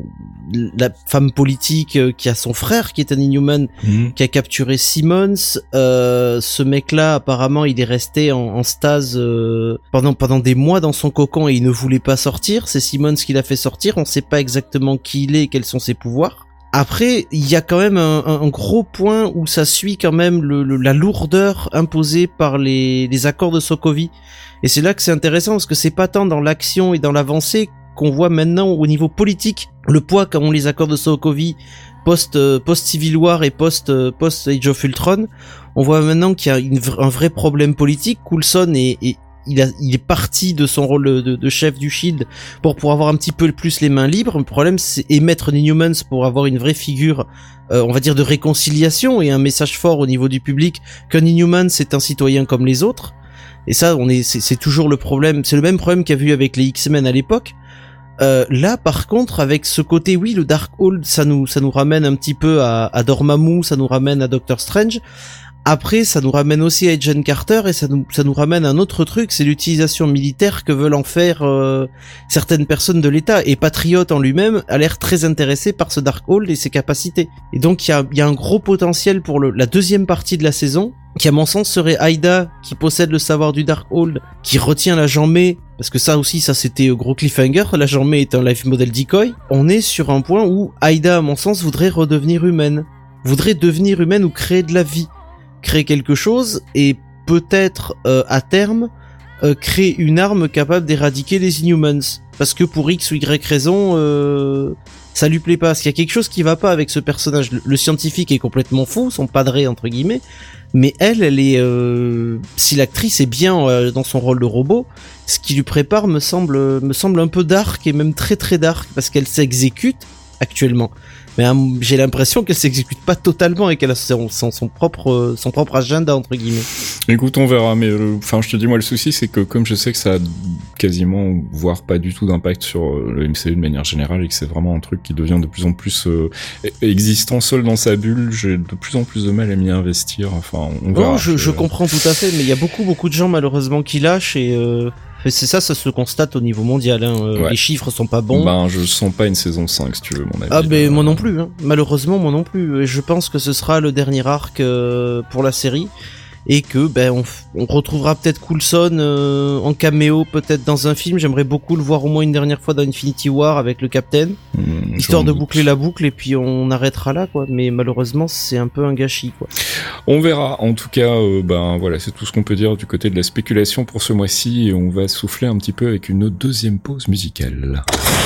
la femme politique euh, qui a son frère qui est un Inhuman, Mmh. qui a capturé Simmons. Euh, ce mec-là, apparemment, il est resté en, en stase euh, pendant pendant des mois dans son cocon et il ne voulait pas sortir. C'est Simmons qui l'a fait sortir. On sait pas exactement qui il est et quels sont ses pouvoirs. Après, il y a quand même un, un gros point où ça suit quand même le, le, la lourdeur imposée par les, les accords de Sokovie. Et c'est là que c'est intéressant parce que c'est pas tant dans l'action et dans l'avancée qu'on voit maintenant au niveau politique le poids qu'ont les accords de Sokovie post euh, post Civil War et post euh, post Age of Ultron. On voit maintenant qu'il y a une, un vrai problème politique. Coulson est, est il, a, il est parti de son rôle de, de chef du Shield pour pouvoir avoir un petit peu plus les mains libres. Le problème, c'est émettre des Inhumans pour avoir une vraie figure, euh, on va dire, de réconciliation et un message fort au niveau du public qu'un Inhuman, c'est un citoyen comme les autres. Et ça, on est, c'est, c'est toujours le problème. C'est le même problème qu'a vu avec les X-Men à l'époque. Euh, là, par contre, avec ce côté, oui, le Darkhold, ça nous, ça nous ramène un petit peu à, à Dormammu, ça nous ramène à Doctor Strange. Après, ça nous ramène aussi à Agent Carter et ça nous, ça nous ramène à un autre truc, c'est l'utilisation militaire que veulent en faire euh, certaines personnes de l'État. Et Patriot en lui-même a l'air très intéressé par ce Darkhold et ses capacités. Et donc, il y a, y a un gros potentiel pour le, la deuxième partie de la saison, qui à mon sens serait Aida, qui possède le savoir du Darkhold, qui retient l'agent May, parce que ça aussi, ça c'était gros cliffhanger, l'agent May est un life model decoy. On est sur un point où Aida, à mon sens, voudrait redevenir humaine. Voudrait devenir humaine ou créer de la vie. Créer quelque chose et peut-être euh, à terme euh, créer une arme capable d'éradiquer les Inhumans, parce que pour X ou Y raison euh, ça lui plaît pas, parce qu'il y a quelque chose qui va pas avec ce personnage. Le, le scientifique est complètement fou, son padré entre guillemets, mais elle elle est euh, si l'actrice est bien euh, dans son rôle de robot, ce qui lui prépare me semble me semble un peu dark et même très très dark, parce qu'elle s'exécute actuellement. Mais hein, j'ai l'impression qu'elle s'exécute pas totalement et qu'elle a son, son, son propre son propre agenda entre guillemets. Écoute, on verra, mais enfin, euh, je te dis, moi, le souci, c'est que comme je sais que ça a quasiment, voire pas du tout d'impact sur euh, le M C U de manière générale et que c'est vraiment un truc qui devient de plus en plus euh, existant seul dans sa bulle, j'ai de plus en plus de mal à m'y investir. Enfin, on verra. Non, je, je comprends tout à fait, mais il y a beaucoup beaucoup de gens malheureusement qui lâchent et euh... c'est ça, ça se constate au niveau mondial. Hein. Ouais. Les chiffres sont pas bons. Ben, je sens pas une saison cinq, si tu veux, mon avis. Ah, ben, moi non plus. Hein. Malheureusement, moi non plus. Et je pense que ce sera le dernier arc euh, pour la série. Et que, ben, on, on retrouvera peut-être Coulson euh, en caméo, peut-être dans un film. J'aimerais beaucoup le voir au moins une dernière fois dans Infinity War avec le Captain. Mmh, histoire de boucler la boucle et puis on arrêtera là, quoi. Mais malheureusement, c'est un peu un gâchis, quoi. On verra. En tout cas, euh, ben, voilà, c'est tout ce qu'on peut dire du côté de la spéculation pour ce mois-ci. Et on va souffler un petit peu avec une deuxième pause musicale.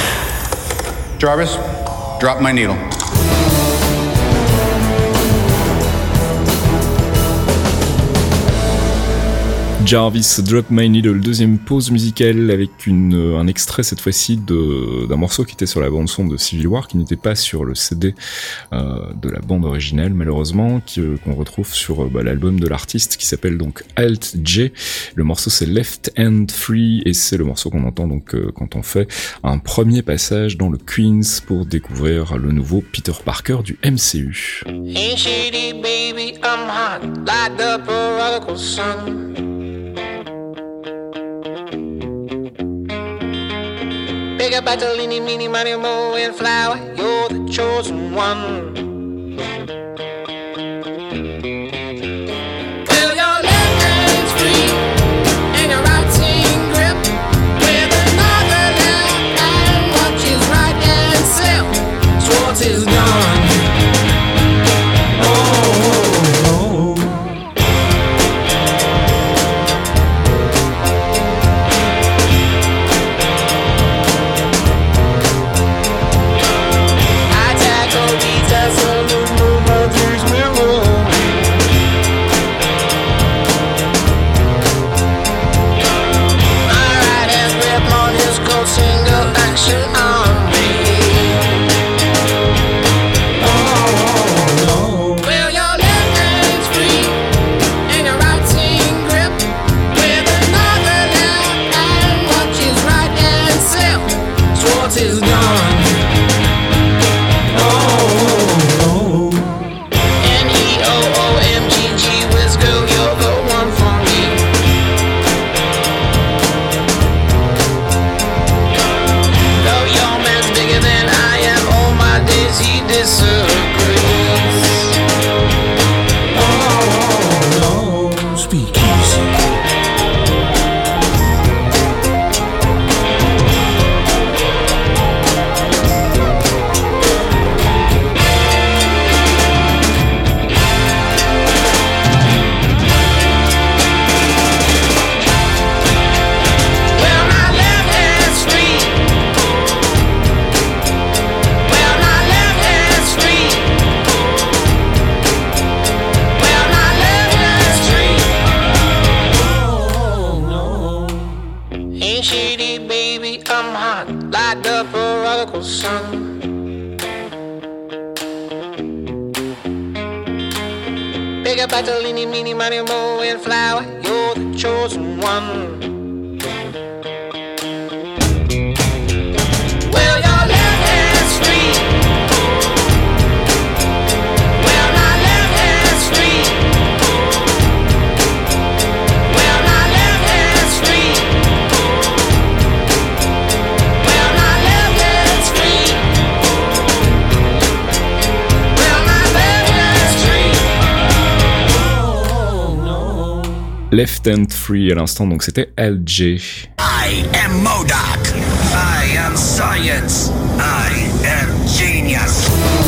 Jarvis, drop my needle. Jarvis, Drop My Needle, deuxième pause musicale avec une, un extrait cette fois-ci de, d'un morceau qui était sur la bande-son de Civil War, qui n'était pas sur le C D euh, de la bande originale malheureusement, qui, euh, qu'on retrouve sur euh, bah, l'album de l'artiste qui s'appelle donc Alt J. Le morceau c'est Left Hand Free et c'est le morceau qu'on entend donc euh, quand on fait un premier passage dans le Queens pour découvrir le nouveau Peter Parker du M C U. Hey shady baby, I'm hot, light up a radical sun. Big up Bartolini, meeny, money, mo, and flower, you're the chosen one. Feel your left hand's free, and your right hand grip, with another left like the prodigal son. Pick up back to leany, meeny, miny, mo, and flower. You're the chosen one. Well, your left hand's free. Well, my left hand's free. Well, my left hand's free. Well, my left hand's free. Well, my left hand's free. Left and Free à l'instant, donc c'était L J. I am MODOK. I am science. I am genius.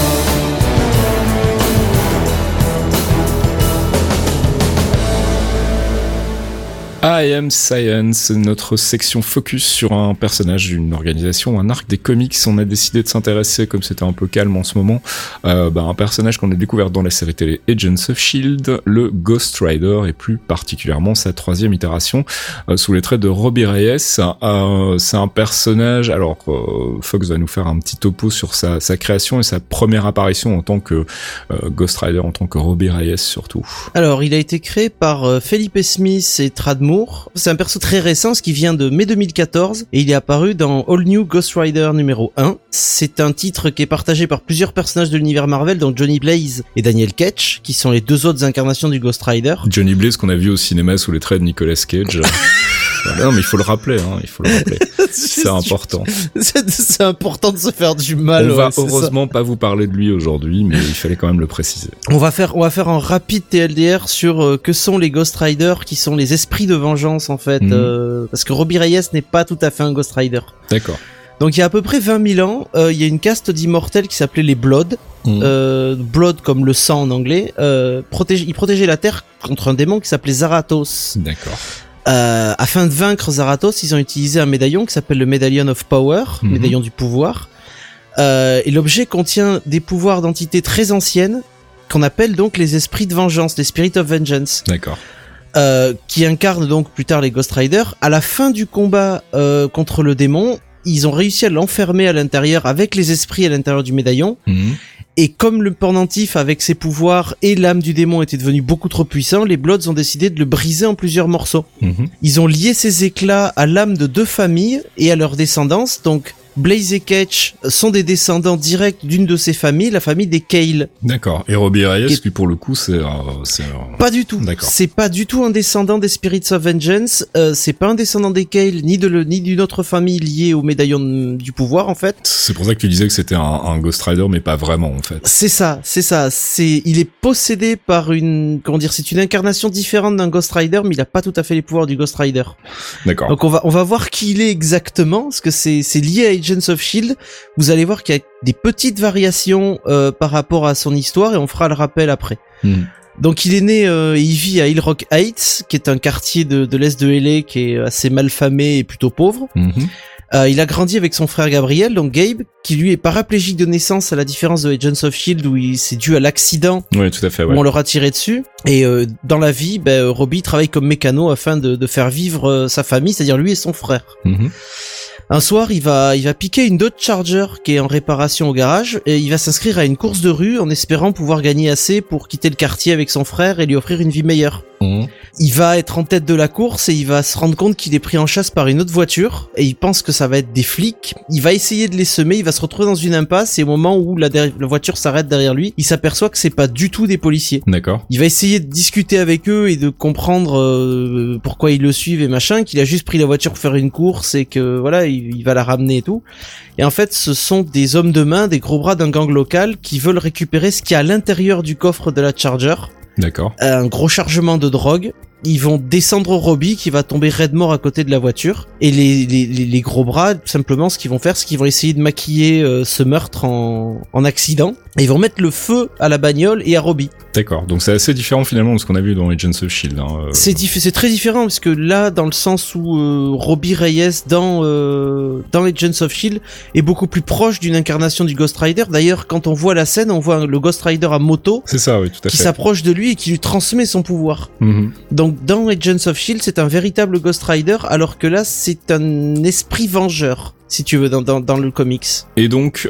I Am Science, notre section focus sur un personnage d'une organisation, un arc des comics. On a décidé de s'intéresser, comme c'était un peu calme en ce moment, euh, bah, un personnage qu'on a découvert dans la série télé Agents of Shield, le Ghost Rider, et plus particulièrement sa troisième itération, euh, sous les traits de Robbie Reyes. Euh, c'est un personnage, alors euh, Fox va nous faire un petit topo sur sa, sa création et sa première apparition en tant que euh, Ghost Rider, en tant que Robbie Reyes surtout. Alors, il a été créé par euh, Felipe Smith et Tradd Moore. C'est un perso très récent, ce qui vient de mai deux mille quatorze, et il est apparu dans All New Ghost Rider numéro un. C'est un titre qui est partagé par plusieurs personnages de l'univers Marvel, dont Johnny Blaze et Daniel Ketch, qui sont les deux autres incarnations du Ghost Rider. Johnny Blaze qu'on a vu au cinéma sous les traits de Nicolas Cage. Non, mais il faut le rappeler, hein, il faut le rappeler. C'est important. C'est, c'est important de se faire du mal. On ouais, va c'est heureusement ça. pas vous parler de lui aujourd'hui, mais il fallait quand même le préciser. On va faire, on va faire un rapide T L D R sur euh, que sont les Ghost Riders, qui sont les esprits de vengeance en fait, mmh. euh, parce que Robbie Reyes n'est pas tout à fait un Ghost Rider. D'accord. Donc il y a à peu près vingt mille ans, euh, il y a une caste d'immortels qui s'appelait les Blood. Mmh. Euh, Blood comme le sang en anglais. Euh, protège, ils protégeaient la Terre contre un démon qui s'appelait Zarathos. D'accord. Euh, afin de vaincre Zarathos, ils ont utilisé un médaillon qui s'appelle le Medallion of Power, mmh. médaillon du pouvoir. Euh, et l'objet contient des pouvoirs d'entités très anciennes qu'on appelle donc les esprits de vengeance, les Spirit of Vengeance. D'accord. Euh, qui incarnent donc plus tard les Ghost Riders. À la fin du combat euh, contre le démon, ils ont réussi à l'enfermer à l'intérieur avec les esprits à l'intérieur du médaillon. Mmh. Et comme le pendentif avec ses pouvoirs et l'âme du démon était devenu beaucoup trop puissant, les Bloods ont décidé de le briser en plusieurs morceaux. Mmh. Ils ont lié ces éclats à l'âme de deux familles et à leur descendance. Donc Blaze et Ketch sont des descendants directs d'une de ces familles, la famille des Cale. D'accord. Et Robbie Reyes, est... lui, pour le coup, c'est... Euh, c'est euh... Pas du tout. D'accord. C'est pas du tout un descendant des Spirits of Vengeance. Euh, c'est pas un descendant des Cale, ni de le, ni d'une autre famille liée au médaillon du pouvoir, en fait. C'est pour ça que tu disais que c'était un, un Ghost Rider, mais pas vraiment, en fait. C'est ça, c'est ça. C'est, il est possédé par une, comment dire, c'est une incarnation différente d'un Ghost Rider, mais il a pas tout à fait les pouvoirs du Ghost Rider. D'accord. Donc on va, on va voir qui il est exactement, parce que c'est, c'est lié à Agents of Shield. Vous allez voir qu'il y a des petites variations euh, par rapport à son histoire, et on fera le rappel après. Mmh. Donc il est né euh, et il vit à Hill Rock Heights, qui est un quartier de, de l'est de L A qui est assez mal famé et plutôt pauvre. Mmh. Euh, il a grandi avec son frère Gabriel, donc Gabe, qui lui est paraplégique de naissance, à la différence de Agents of Shield où il, c'est dû à l'accident. Oui, tout à fait. Ouais. Où on leur a tiré dessus. Et euh, dans la vie, ben, Robbie travaille comme mécano afin de, de faire vivre euh, sa famille, c'est-à-dire lui et son frère. Mmh. Un soir, il va, il va piquer une Dodge Charger qui est en réparation au garage et il va s'inscrire à une course de rue en espérant pouvoir gagner assez pour quitter le quartier avec son frère et lui offrir une vie meilleure. Mmh. Il va être en tête de la course et il va se rendre compte qu'il est pris en chasse par une autre voiture et il pense que ça va être des flics. Il va essayer de les semer, il va se retrouver dans une impasse et au moment où la, der- la voiture s'arrête derrière lui, il s'aperçoit que c'est pas du tout des policiers. D'accord. Il va essayer de discuter avec eux et de comprendre euh, pourquoi ils le suivent et machin, qu'il a juste pris la voiture pour faire une course et que voilà, il, il va la ramener et tout. Et en fait, ce sont des hommes de main, des gros bras d'un gang local qui veulent récupérer ce qu'il y a à l'intérieur du coffre de la Charger. D'accord. Un gros chargement de drogue. Ils vont descendre Robbie qui va tomber raide mort à côté de la voiture. Et les, les, les, les gros bras, simplement, ce qu'ils vont faire, c'est qu'ils vont essayer de maquiller euh, ce meurtre en, en accident. Et ils vont mettre le feu à la bagnole et à Robbie. D'accord, donc c'est assez différent finalement de ce qu'on a vu dans Agents of Shield. Hein, euh... C'est, diff- c'est très différent parce que là, dans le sens où euh, Robbie Reyes dans euh, dans Agents of Shield est beaucoup plus proche d'une incarnation du Ghost Rider. D'ailleurs, quand on voit la scène, on voit le Ghost Rider à moto. C'est ça, oui, tout à qui fait. s'approche de lui et qui lui transmet son pouvoir. Mm-hmm. Donc dans Agents of Shield, c'est un véritable Ghost Rider, alors que là, c'est un esprit vengeur. si tu veux, dans, dans, dans le comics. Et donc,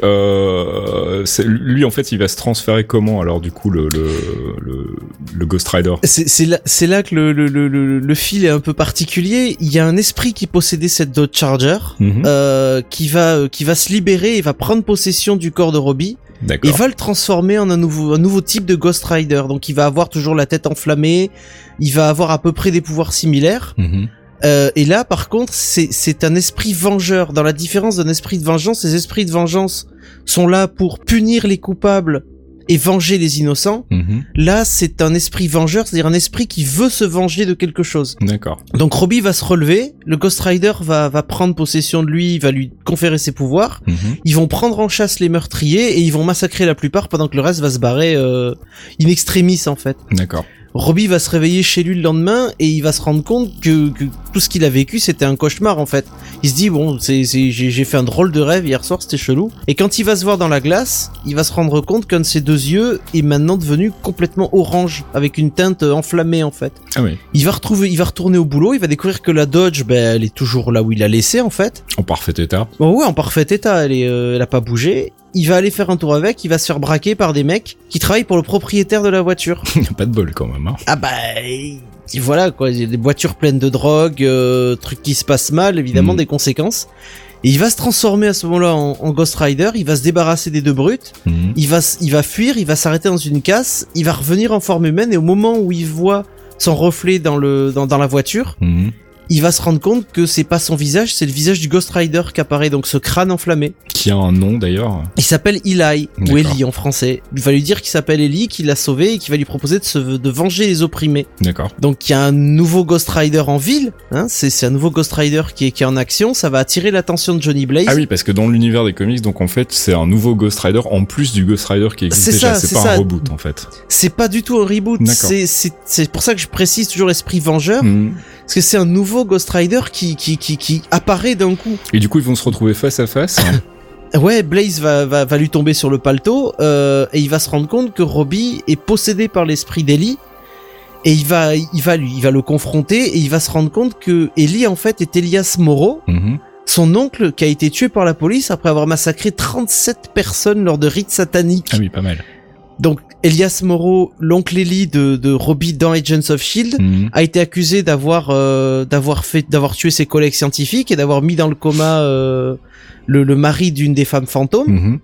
euh, c'est, lui, en fait, il va se transférer comment, alors, du coup, le, le, le, le Ghost Rider? C'est, c'est là, c'est là que le, le, le, le fil est un peu particulier. Il y a un esprit qui possédait cette Dodge Charger, mm-hmm. euh, qui va, qui va se libérer et va prendre possession du corps de Robbie. D'accord. Et va le transformer en un nouveau, un nouveau type de Ghost Rider. Donc, il va avoir toujours la tête enflammée. Il va avoir à peu près des pouvoirs similaires. Mm-hmm. Euh, et là, par contre, c'est c'est un esprit vengeur. Dans la différence d'un esprit de vengeance, les esprits de vengeance sont là pour punir les coupables et venger les innocents. Mmh. Là, c'est un esprit vengeur, c'est-à-dire un esprit qui veut se venger de quelque chose. D'accord. Donc Robbie va se relever, le Ghost Rider va va prendre possession de lui, va lui conférer ses pouvoirs. Mmh. Ils vont prendre en chasse les meurtriers et ils vont massacrer la plupart pendant que le reste va se barrer euh, in extremis en fait. D'accord. Robbie va se réveiller chez lui le lendemain et il va se rendre compte que, que tout ce qu'il a vécu c'était un cauchemar en fait. Il se dit bon c'est, c'est j'ai, j'ai fait un drôle de rêve hier soir, c'était chelou. Et quand il va se voir dans la glace, il va se rendre compte qu'un de ses deux yeux est maintenant devenu complètement orange avec une teinte enflammée en fait. Ah oui. Il va retrouver, il va retourner au boulot, il va découvrir que la Dodge ben elle est toujours là où il l'a laissée en fait. En parfait état. Bon ouais en parfait état, elle est, euh, elle a pas bougé. Il va aller faire un tour avec, il va se faire braquer par des mecs qui travaillent pour le propriétaire de la voiture. Pas de bol quand même, hein. Ah bah, et voilà quoi, il y a des voitures pleines de drogue, euh, trucs qui se passent mal, évidemment, mmh. des conséquences. Et il va se transformer à ce moment-là en, en Ghost Rider, il va se débarrasser des deux brutes, mmh. il va, il va fuir, il va s'arrêter dans une casse, il va revenir en forme humaine et au moment où il voit son reflet dans le, dans, dans la voiture, mmh. il va se rendre compte que c'est pas son visage, c'est le visage du Ghost Rider qui apparaît, donc ce crâne enflammé. Qui a un nom d'ailleurs. Il s'appelle Eli, D'accord. ou Ellie en français. Il va lui dire qu'il s'appelle Ellie, qu'il l'a sauvé et qu'il va lui proposer de se, de venger les opprimés. D'accord. Donc il y a un nouveau Ghost Rider en ville, hein, c'est, c'est un nouveau Ghost Rider qui est, qui est en action, ça va attirer l'attention de Johnny Blaze. Ah oui, parce que dans l'univers des comics, donc en fait, c'est un nouveau Ghost Rider en plus du Ghost Rider qui existe c'est déjà, ça, c'est, c'est pas ça. un reboot en fait. C'est pas du tout un reboot, c'est, c'est, c'est pour ça que je précise toujours l'esprit vengeur, mmh. parce que c'est un nouveau Ghost Rider qui, qui, qui, qui apparaît d'un coup. Et du coup, ils vont se retrouver face à face. Ouais, Blaze va, va, va lui tomber sur le paletot, euh, et il va se rendre compte que Robbie est possédé par l'esprit d'Ellie, et il va, il va lui, il va le confronter, et il va se rendre compte que Ellie, en fait, est Elias Morrow, mm-hmm. son oncle qui a été tué par la police après avoir massacré trente-sept personnes lors de rites sataniques. Ah oui, pas mal. Donc, Elias Morrow, l'oncle Ellie de, de Robbie dans Agents of Shield, mmh. a été accusé d'avoir, euh, d'avoir fait, d'avoir tué ses collègues scientifiques et d'avoir mis dans le coma, euh, le, le mari d'une des femmes fantômes. Mmh.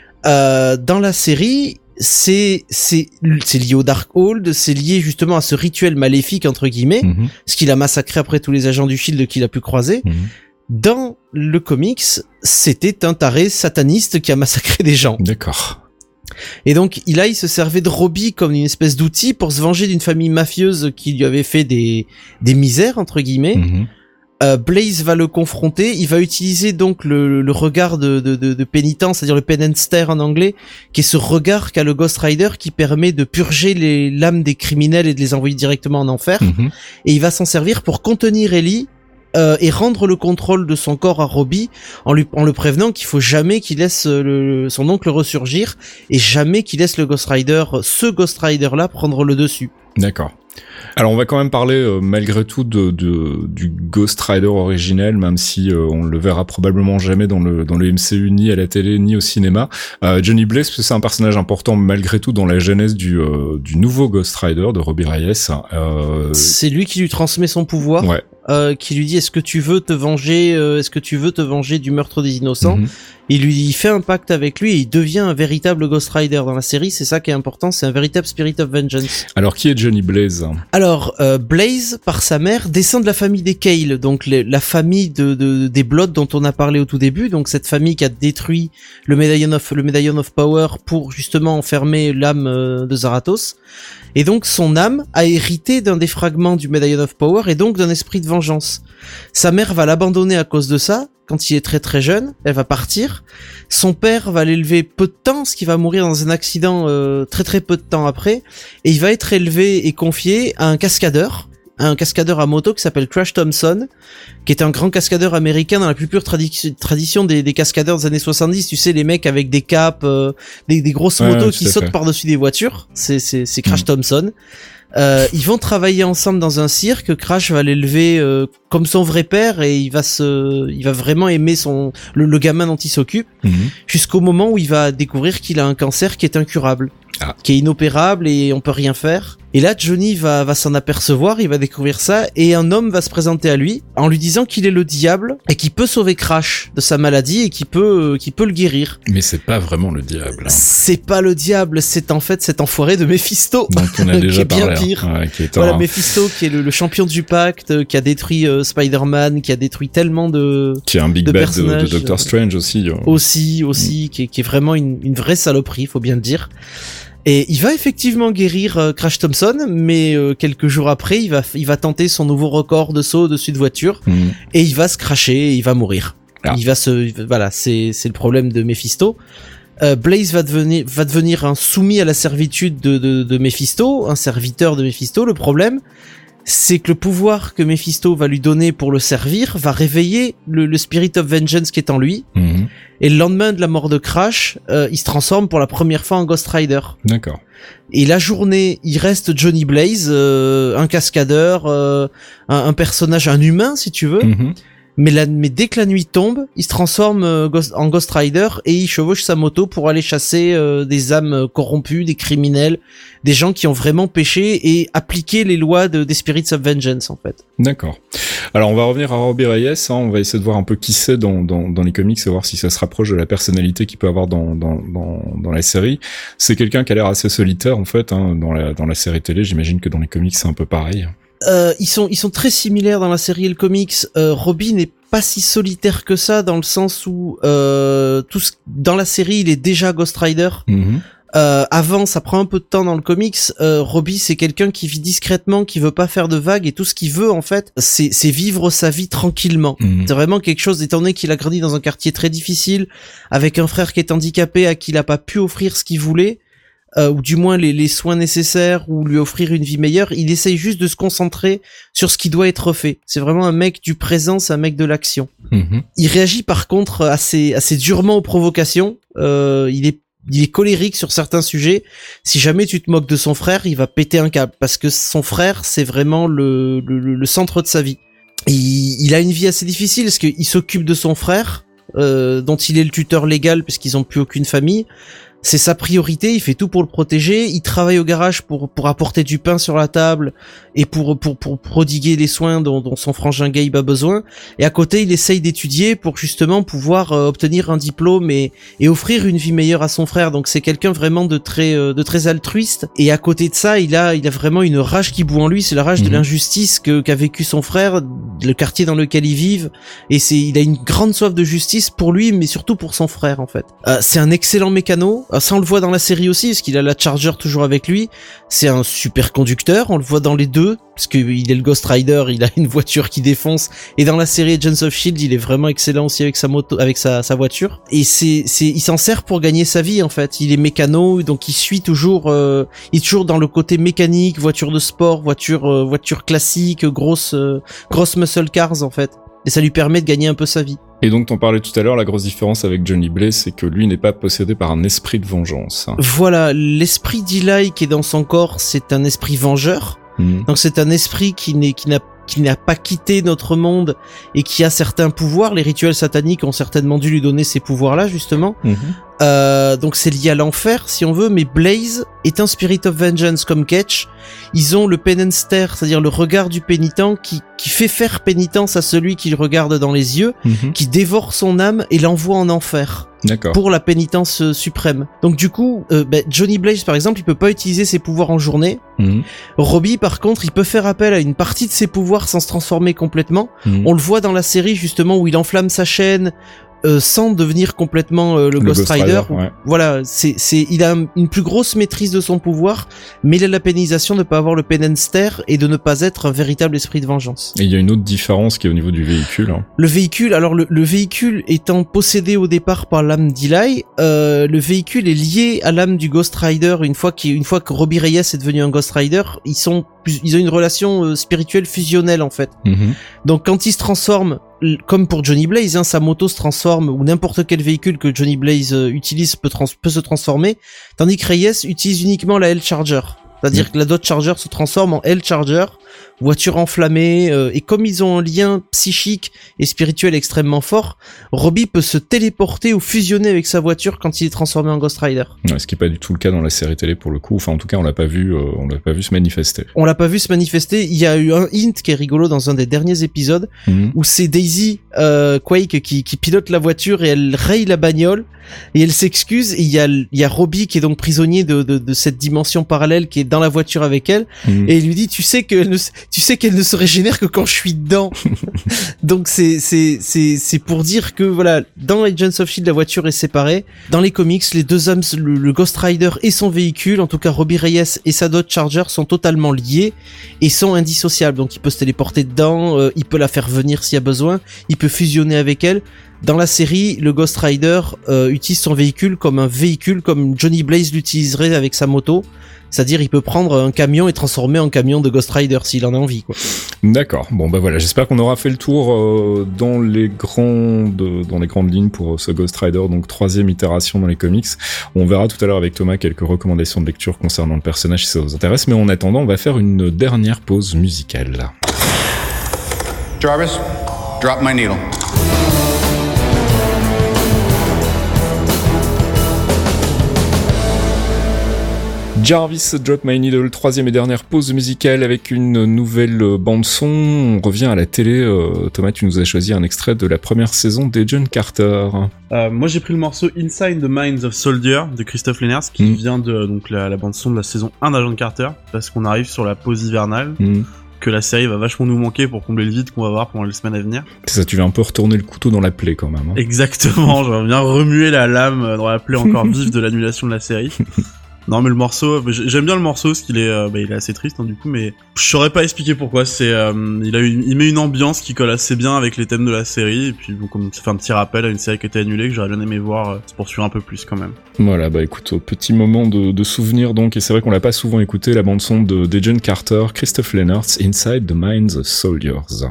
Euh, dans la série, c'est, c'est, c'est lié au Darkhold, c'est lié justement à ce rituel maléfique, entre guillemets, mmh. ce qu'il a massacré après tous les agents du Shield qu'il a pu croiser. Mmh. Dans le comics, c'était un taré sataniste qui a massacré des gens. D'accord. Et donc, il a, il se servait de Robbie comme une espèce d'outil pour se venger d'une famille mafieuse qui lui avait fait des, des misères, entre guillemets. Mmh. Euh, Blaze va le confronter, il va utiliser donc le, le regard de, de, de, de pénitence, c'est-à-dire le penance stare en anglais, qui est ce regard qu'a le Ghost Rider qui permet de purger les l'âme des criminels et de les envoyer directement en enfer. Mmh. Et il va s'en servir pour contenir Ellie, Euh, et rendre le contrôle de son corps à Robbie en lui en le prévenant qu'il faut jamais qu'il laisse le, son oncle ressurgir et jamais qu'il laisse le Ghost Rider, ce Ghost Rider là, prendre le dessus. D'accord. Alors on va quand même parler euh, malgré tout de, de du Ghost Rider originel, même si euh, on le verra probablement jamais dans le dans le M C U, ni à la télé ni au cinéma. Euh, Johnny Blaze, c'est un personnage important malgré tout dans la genèse du euh, du nouveau Ghost Rider de Robbie Reyes. Euh... C'est lui qui lui transmet son pouvoir. Ouais. Euh, qui lui dit est-ce que tu veux te venger euh, est-ce que tu veux te venger du meurtre des innocents. Mm-hmm. Il lui il fait un pacte avec lui et il devient un véritable Ghost Rider dans la série. C'est ça qui est important, c'est un véritable Spirit of Vengeance. Alors qui est Johnny Blaze? Alors euh, Blaze, par sa mère, descend de la famille des Cale, donc les, la famille de, de des Bloods dont on a parlé au tout début, donc cette famille qui a détruit le Medallion of le Medallion of Power pour justement enfermer l'âme euh, de Zarathos. Et donc son âme a hérité d'un des fragments du Medallion of Power et donc d'un esprit de vengeance. Sa mère va l'abandonner à cause de ça, quand il est très très jeune, elle va partir. Son père va l'élever peu de temps, ce qui va mourir dans un accident euh, très très peu de temps après. Et il va être élevé et confié à un cascadeur, un cascadeur à moto qui s'appelle Crash Thompson, qui est un grand cascadeur américain dans la plus pure tradi- tradition des, des cascadeurs des années soixante-dix. Tu sais, les mecs avec des capes, euh, des, des grosses ouais, motos ouais, qui sautent par-dessus des voitures. C'est, c'est, c'est Crash mmh. Thompson. Euh, ils vont travailler ensemble dans un cirque. Crash va l'élever euh, comme son vrai père et il va se, il va vraiment aimer son le, le gamin dont il s'occupe mmh. jusqu'au moment où il va découvrir qu'il a un cancer qui est incurable, ah. qui est inopérable et on peut rien faire. Et là, Johnny va va s'en apercevoir, il va découvrir ça et un homme va se présenter à lui en lui disant qu'il est le diable et qu'il peut sauver Crash de sa maladie et qu'il peut euh, qu'il peut le guérir. Mais c'est pas vraiment le diable. Hein. C'est pas le diable, c'est en fait cet enfoiré de Mephisto. Donc on a déjà qui est bien parlé, pire. Hein. Ouais, qui est voilà, un... Mephisto qui est le, le champion du pacte, euh, qui a détruit euh, Spider-Man, qui a détruit tellement de qui est un big de bad de, de Doctor Strange aussi. Euh... Aussi, aussi, mm. qui, est, qui est vraiment une, une vraie saloperie, faut bien le dire. Et il va effectivement guérir euh, Crash Thompson, mais euh, quelques jours après, il va, il va tenter son nouveau record de saut au-dessus de voiture, mmh. et il va se crasher, et il va mourir. Ah. Il va se, voilà, c'est, c'est le problème de Mephisto. Euh, Blaze va devenir, va devenir un soumis à la servitude de, de, de Mephisto, un serviteur de Mephisto. Le problème, c'est que le pouvoir que Mephisto va lui donner pour le servir va réveiller le, le Spirit of Vengeance qui est en lui. Mmh. Et le lendemain de la mort de Crash, euh, il se transforme pour la première fois en Ghost Rider. D'accord. Et la journée, il reste Johnny Blaze, euh, un cascadeur, euh, un, un personnage, un humain si tu veux. Mmh. Mais, la, mais dès que la nuit tombe, il se transforme euh, Ghost, en Ghost Rider et il chevauche sa moto pour aller chasser euh, des âmes corrompues, des criminels, des gens qui ont vraiment péché et appliquer les lois de, des Spirits of Vengeance en fait. D'accord. Alors on va revenir à Robbie Reyes, hein, on va essayer de voir un peu qui c'est dans, dans, dans les comics et voir si ça se rapproche de la personnalité qu'il peut avoir dans, dans, dans, dans la série. C'est quelqu'un qui a l'air assez solitaire en fait, hein, dans la, dans la série télé, j'imagine que dans les comics c'est un peu pareil. Euh, ils sont ils sont très similaires dans la série et le comics. Euh, Robbie n'est pas si solitaire que ça dans le sens où euh, tout ce, dans la série il est déjà Ghost Rider. Mmh. Euh, avant, ça prend un peu de temps dans le comics. Euh, Robbie, c'est quelqu'un qui vit discrètement, qui veut pas faire de vagues et tout ce qu'il veut en fait, c'est, c'est vivre sa vie tranquillement. Mmh. C'est vraiment quelque chose, étant donné qu'il a grandi dans un quartier très difficile, avec un frère qui est handicapé à qui il a pas pu offrir ce qu'il voulait. Euh, ou du moins les, les soins nécessaires ou lui offrir une vie meilleure, il essaye juste de se concentrer sur ce qui doit être fait. C'est vraiment un mec du présent, c'est un mec de l'action. Mmh. Il réagit par contre assez, assez durement aux provocations. Euh, il est il est colérique sur certains sujets. Si jamais tu te moques de son frère, il va péter un câble parce que son frère, c'est vraiment le, le, le centre de sa vie. Il, il a une vie assez difficile parce qu'il s'occupe de son frère, euh, dont il est le tuteur légal puisqu'ils ont plus aucune famille. C'est sa priorité, il fait tout pour le protéger, il travaille au garage pour pour apporter du pain sur la table et pour pour pour prodiguer les soins dont, dont son frangin Gabe a besoin, et à côté il essaye d'étudier pour justement pouvoir euh, obtenir un diplôme et et offrir une vie meilleure à son frère. Donc c'est quelqu'un vraiment de très euh, de très altruiste, et à côté de ça, il a il a vraiment une rage qui bout en lui, c'est la rage mmh. de l'injustice que qu'a vécu son frère, le quartier dans lequel ils vivent, et c'est il a une grande soif de justice pour lui mais surtout pour son frère en fait. Euh, c'est un excellent mécano. Ça on le voit dans la série aussi parce qu'il a la Charger toujours avec lui. C'est un super conducteur, on le voit dans les deux parce qu'il est le Ghost Rider, il a une voiture qui défonce, et dans la série Agents of Shield il est vraiment excellent aussi avec sa moto, avec sa, sa voiture, et c'est, c'est, il s'en sert pour gagner sa vie en fait. Il est mécano, donc il suit toujours, euh, il est toujours dans le côté mécanique, voiture de sport, voiture, euh, voiture classique, grosse, euh, grosse muscle cars en fait. Et ça lui permet de gagner un peu sa vie. Et donc, t'en parlais tout à l'heure, la grosse différence avec Johnny Blaze, c'est que lui n'est pas possédé par un esprit de vengeance. Voilà, l'esprit d'Eli qui est dans son corps, c'est un esprit vengeur. Mmh. Donc c'est un esprit qui n'est, qui n'a, qui n'a pas quitté notre monde et qui a certains pouvoirs. Les rituels sataniques ont certainement dû lui donner ces pouvoirs-là, justement. Mmh. Euh, donc c'est lié à l'enfer, si on veut, mais Blaze est un Spirit of Vengeance comme Ketch. Ils ont le penance stare, c'est-à-dire le regard du pénitent qui, qui fait faire pénitence à celui qui le regarde dans les yeux, mmh. qui dévore son âme et l'envoie en enfer. D'accord. Pour la pénitence euh, suprême. Donc du coup, euh, bah, Johnny Blaze par exemple, il peut pas utiliser ses pouvoirs en journée. Mmh. Robbie par contre, il peut faire appel à une partie de ses pouvoirs sans se transformer complètement. Mmh. On le voit dans la série justement où il enflamme sa chaîne. Euh, sans devenir complètement euh, le, le Ghost, Ghost Rider, Rider ouais. Voilà, c'est c'est il a une plus grosse maîtrise de son pouvoir, mais il a la pénalisation de ne pas avoir le penance stare et de ne pas être un véritable esprit de vengeance. Et il y a une autre différence qui est au niveau du véhicule. Hein. Le véhicule, alors le, le véhicule étant possédé au départ par l'âme d'Eli, euh, le véhicule est lié à l'âme du Ghost Rider. Une fois qu'il, une fois que Robbie Reyes est devenu un Ghost Rider, ils sont ils ont une relation euh, spirituelle fusionnelle en fait. Mm-hmm. Donc quand il se transforme, comme pour Johnny Blaze, hein, sa moto se transforme, ou n'importe quel véhicule que Johnny Blaze euh, utilise peut, trans- peut se transformer, tandis que Reyes utilise uniquement la L-Charger. C'est-à-dire mmh. que la Dodge Charger se transforme en L-Charger, voiture enflammée, euh, et comme ils ont un lien psychique et spirituel extrêmement fort, Robbie peut se téléporter ou fusionner avec sa voiture quand il est transformé en Ghost Rider. Ouais, ce qui est pas du tout le cas dans la série télé pour le coup. Enfin, en tout cas, on l'a pas vu, euh, on l'a pas vu se manifester. On l'a pas vu se manifester. Il y a eu un hint qui est rigolo dans un des derniers épisodes Mmh. où c'est Daisy euh, Quake qui, qui pilote la voiture et elle raye la bagnole et elle s'excuse. Et il y a il y a Robbie qui est donc prisonnier de, de de cette dimension parallèle qui est dans la voiture avec elle Mmh. et il lui dit tu sais que ne, tu sais qu'elle ne se régénère que quand je suis dedans. Donc c'est c'est c'est c'est pour dire que voilà, dans Agents of Shield la voiture est séparée. Dans les comics, les deux hommes, le, le Ghost Rider et son véhicule, en tout cas Robbie Reyes et sa Dodge Charger, sont totalement liés et sont indissociables. Donc il peut se téléporter dedans, euh, il peut la faire venir s'il y a besoin, il peut fusionner avec elle. Dans la série, le Ghost Rider euh, utilise son véhicule comme un véhicule, comme Johnny Blaze l'utiliserait avec sa moto. C'est-à-dire, il peut prendre un camion et transformer en camion de Ghost Rider s'il en a envie, quoi. D'accord. Bon, bah voilà. J'espère qu'on aura fait le tour euh, dans les grandes, dans les grandes lignes pour ce Ghost Rider, donc troisième itération dans les comics. On verra tout à l'heure avec Thomas quelques recommandations de lecture concernant le personnage si ça vous intéresse. Mais en attendant, on va faire une dernière pause musicale. Jarvis, drop my needle. Jarvis, Drop My Needle, troisième et dernière pause musicale avec une nouvelle bande-son. On revient à la télé. Euh, Thomas, tu nous as choisi un extrait de la première saison d'Agent Carter. Euh, moi j'ai pris le morceau Inside the Minds of Soldier de Christophe Lenners qui Mm. vient de donc la, la bande-son de la saison un d'Agent Carter parce qu'on arrive sur la pause hivernale. Mm. Que la série va vachement nous manquer pour combler le vide qu'on va avoir pendant les semaines à venir. C'est ça, tu vas un peu retourner le couteau dans la plaie quand même. Hein. Exactement, j'aimerais bien remuer la lame dans la plaie encore vive de l'annulation de la série. Non mais le morceau, j'aime bien le morceau parce qu'il est, euh, bah, il est assez triste hein, du coup, mais je saurais pas expliquer pourquoi. C'est, euh, il a une, il met une ambiance qui colle assez bien avec les thèmes de la série et puis bon, comme ça fait un petit rappel à une série qui était annulée que j'aurais bien aimé voir euh, se poursuivre un peu plus quand même. Voilà, bah écoute, au petit moment de, de souvenir donc, et c'est vrai qu'on l'a pas souvent écouté, la bande son de d'Agent Carter, Christophe Lenners, Inside the Minds of Soldiers.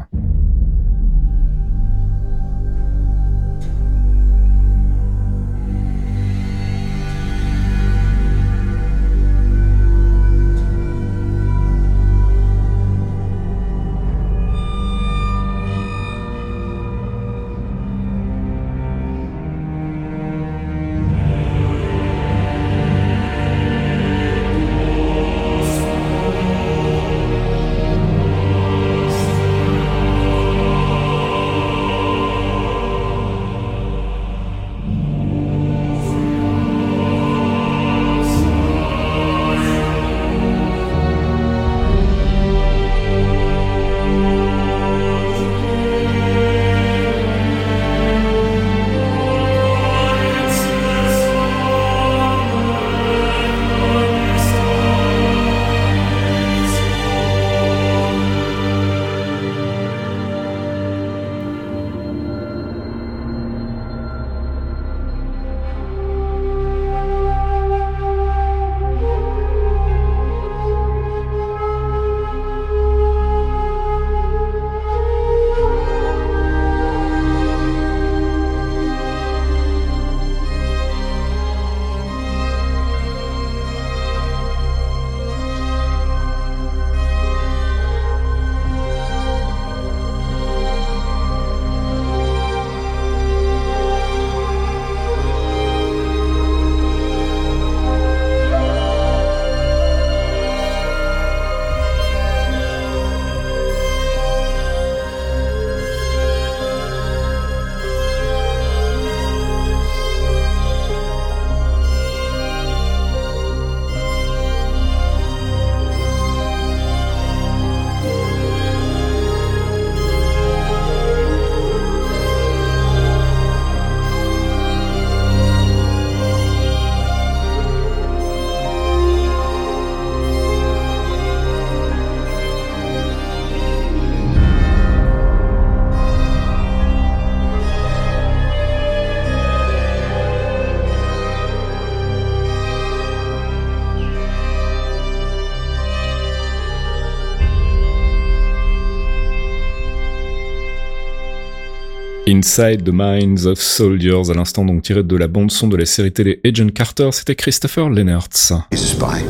Inside the Minds of Soldiers, à l'instant donc tiré de la bande-son de la série télé Agent Carter, c'était Christopher Lenners. He's a spy.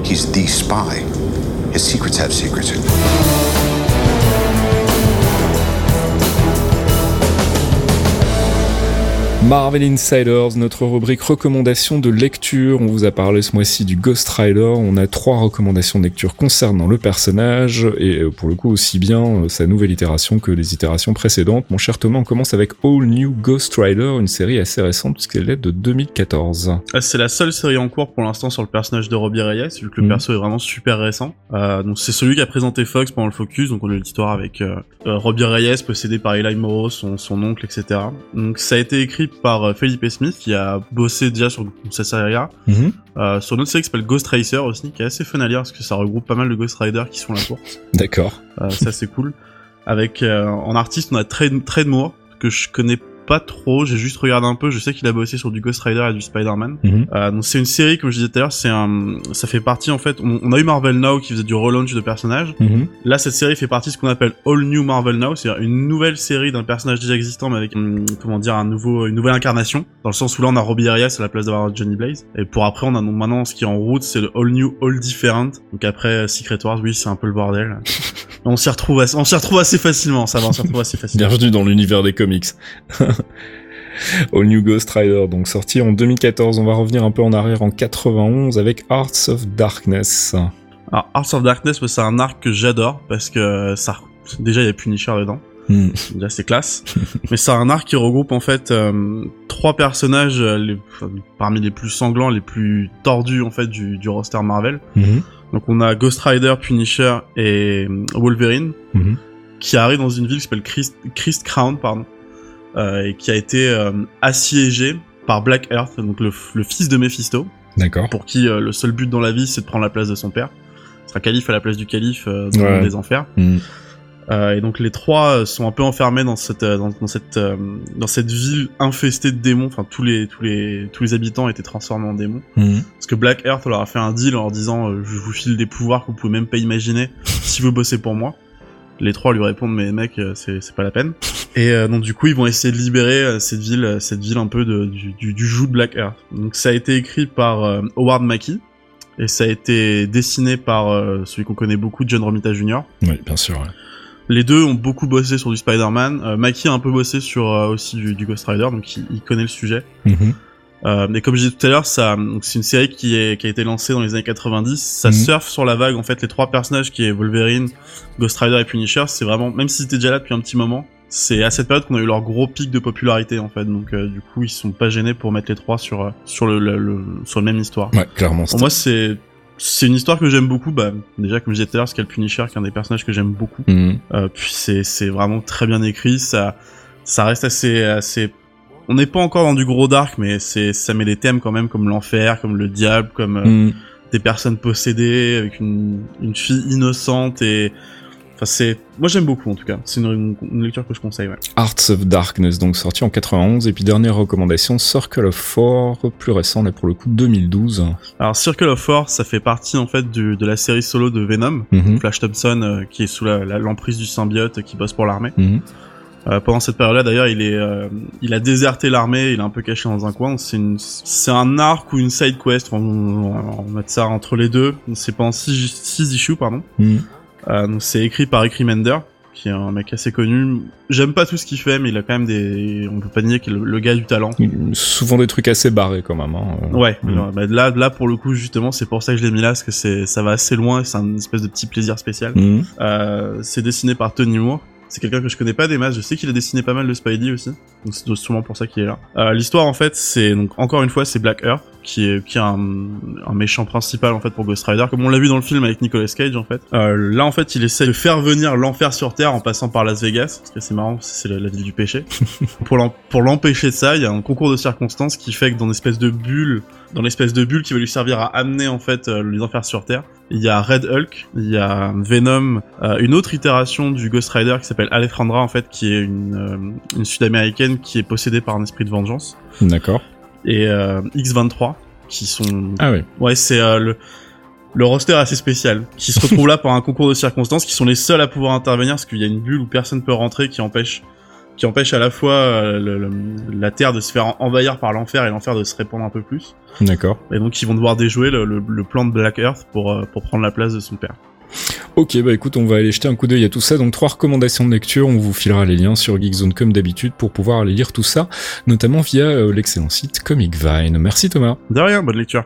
He's the spy. His secrets have secrets. Marvel Insiders, notre rubrique recommandations de lecture. On vous a parlé ce mois-ci du Ghost Rider. On a trois recommandations de lecture concernant le personnage et pour le coup aussi bien sa nouvelle itération que les itérations précédentes. Mon cher Thomas, on commence avec All New Ghost Rider, une série assez récente puisqu'elle est de deux mille quatorze. C'est la seule série en cours pour l'instant sur le personnage de Robbie Reyes, vu que le mmh. perso est vraiment super récent. Euh, donc c'est celui qui a présenté Fox pendant le Focus, donc on a l'histoire avec euh, euh, Robbie Reyes possédé par Eli Morrow, son, son oncle, et cetera. Donc ça a été écrit par Philippe Smith qui a bossé déjà sur cette série-là, mmh. euh, sur une autre série qui s'appelle Ghost Racer aussi, qui est assez fun à lire parce que ça regroupe pas mal de Ghost Riders qui se font la course. D'accord. Euh, ça c'est cool. Avec euh, en artiste on a Trade, Trade Moore que je connais pas trop, j'ai juste regardé un peu, je sais qu'il a bossé sur du Ghost Rider et du Spider-Man. Mm-hmm. Euh, donc c'est une série, comme je disais tout à l'heure, c'est un, ça fait partie en fait, on, on a eu Marvel Now qui faisait du relaunch de personnages. Mm-hmm. Là cette série fait partie de ce qu'on appelle All New Marvel Now, c'est-à-dire une nouvelle série d'un personnage déjà existant mais avec, hum, comment dire, un nouveau, une nouvelle incarnation. Dans le sens où là on a Robbie Reyes à la place d'avoir Johnny Blaze. Et pour après on a donc maintenant ce qui est en route, c'est le All New, All Different. Donc après Secret Wars, oui c'est un peu le bordel. on s'y retrouve, assez, on s'y retrouve assez facilement, ça va, on s'y retrouve assez facilement. Bienvenue dans l'univers des comics. All New Ghost Rider, donc sorti en deux mille quatorze. On va revenir un peu en arrière en quatre-vingt-onze avec Hearts of Darkness. Alors Hearts of Darkness, c'est un arc que j'adore parce que ça, déjà il y a Punisher dedans. Mm. Déjà c'est classe. Mais c'est un arc qui regroupe en fait euh, trois personnages les, parmi les plus sanglants, les plus tordus en fait du, du roster Marvel. Mm-hmm. Donc on a Ghost Rider, Punisher et Wolverine mm-hmm. qui arrivent dans une ville qui s'appelle Christ, Christ Crown, pardon. Euh, et qui a été euh, assiégé par Black Earth, donc le, le fils de Mephisto. D'accord. Pour qui euh, le seul but dans la vie, c'est de prendre la place de son père. Il sera calife à la place du calife euh, dans ouais. les enfers. Mm. Euh, et donc les trois sont un peu enfermés dans cette dans, dans cette euh, dans cette ville infestée de démons. Enfin tous les tous les tous les habitants étaient transformés en démons. Mm. Parce que Black Earth leur a fait un deal en leur disant euh, je vous file des pouvoirs que vous pouvez même pas imaginer si vous bossez pour moi. Les trois lui répondent mais mec c'est c'est pas la peine. Et euh, donc du coup ils vont essayer de libérer euh, cette ville euh, cette ville un peu de du, du du joug de Black Earth. Donc ça a été écrit par euh, Howard Mackie et ça a été dessiné par euh, celui qu'on connaît beaucoup, John Romita Junior Oui, bien sûr. Ouais. Les deux ont beaucoup bossé sur du Spider-Man. Euh, Mackie a un peu bossé sur euh, aussi du, du Ghost Rider, donc il, il connaît le sujet. Mm-hmm. Euh, mais comme je disais tout à l'heure, ça, donc c'est une série qui est qui a été lancée dans les années quatre-vingt-dix. Ça mm-hmm. surfe sur la vague en fait. Les trois personnages qui est Wolverine, Ghost Rider et Punisher, c'est vraiment, même si c'était déjà là depuis un petit moment, c'est à cette période qu'on a eu leur gros pic de popularité en fait. Donc euh, du coup ils sont pas gênés pour mettre les trois sur euh, sur le, le, le sur la même histoire. Ouais, clairement. Bon, moi c'est c'est une histoire que j'aime beaucoup. Bah déjà comme je disais tout à l'heure, c'est le Punisher qui est un des personnages que j'aime beaucoup. Mm-hmm. Euh, puis c'est c'est vraiment très bien écrit. Ça ça reste assez assez. On n'est pas encore dans du gros dark, mais c'est ça met des thèmes quand même comme l'enfer, comme le diable, comme euh, mm. des personnes possédées avec une une fille innocente et enfin c'est moi j'aime beaucoup en tout cas. C'est une, une lecture que je conseille. Ouais. Hearts of Darkness donc sorti en quatre-vingt-onze et puis dernière recommandation Circle of Four plus récent là pour le coup deux mille douze. Alors Circle of Four ça fait partie en fait du, de la série solo de Venom, mm-hmm. Flash Thompson euh, qui est sous la, la, l'emprise du symbiote euh, qui bosse pour l'armée. Mm-hmm. Euh, pendant cette période-là, d'ailleurs, il est, euh, il a déserté l'armée, il est un peu caché dans un coin. C'est une, c'est un arc ou une side quest. On, on, on va mettre ça entre les deux. C'est pendant six, six issues, pardon. Mm. Euh, donc c'est écrit par Rick Remender, qui est un mec assez connu. J'aime pas tout ce qu'il fait, mais il a quand même des, on peut pas nier qu'il est le, le gars du talent. Souvent des trucs assez barrés quand même. Hein. Ouais. Mm. Alors, bah, là, là pour le coup, justement, c'est pour ça que je l'ai mis là, parce que c'est, ça va assez loin. C'est un espèce de petit plaisir spécial. Mm. Euh, c'est dessiné par Tony Moore. C'est quelqu'un que je connais pas des masses, je sais qu'il a dessiné pas mal de Spidey aussi, donc c'est sûrement pour ça qu'il est là. Euh, l'histoire en fait, c'est donc encore une fois c'est Black Earth qui est qui est un, un méchant principal en fait pour Ghost Rider, comme on l'a vu dans le film avec Nicolas Cage en fait. Euh, là en fait, il essaie de faire venir l'enfer sur Terre en passant par Las Vegas, parce que c'est marrant, c'est la, la ville du péché. pour l'em- pour l'empêcher de ça, il y a un concours de circonstances qui fait que dans une espèce de bulle, dans l'espèce de bulle qui va lui servir à amener en fait euh, les enfers sur Terre, il y a Red Hulk, il y a Venom, euh, une autre itération du Ghost Rider qui s'appelle Alejandra en fait, qui est une, euh, une sud-américaine qui est possédée par un esprit de vengeance. D'accord. Et euh, X vingt-trois qui sont... Ah oui. Ouais, c'est euh, le... Le roster est assez spécial, qui se retrouve là par un concours de circonstances, qui sont les seuls à pouvoir intervenir, parce qu'il y a une bulle où personne peut rentrer qui empêche qui empêche à la fois euh, le, le, la Terre de se faire envahir par l'enfer et l'enfer de se répandre un peu plus. D'accord. Et donc ils vont devoir déjouer le, le, le plan de Black Earth pour, euh, pour prendre la place de son père. Ok, bah écoute, on va aller jeter un coup d'œil à tout ça. Donc trois recommandations de lecture, on vous filera les liens sur Geekzone comme d'habitude pour pouvoir aller lire tout ça, notamment via euh, l'excellent site Comic Vine. Merci Thomas. De rien, bonne lecture.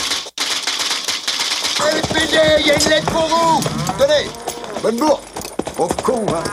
L P D, il y a une lettre pour vous. Tenez, bonne bourre. Pauvre con, hein.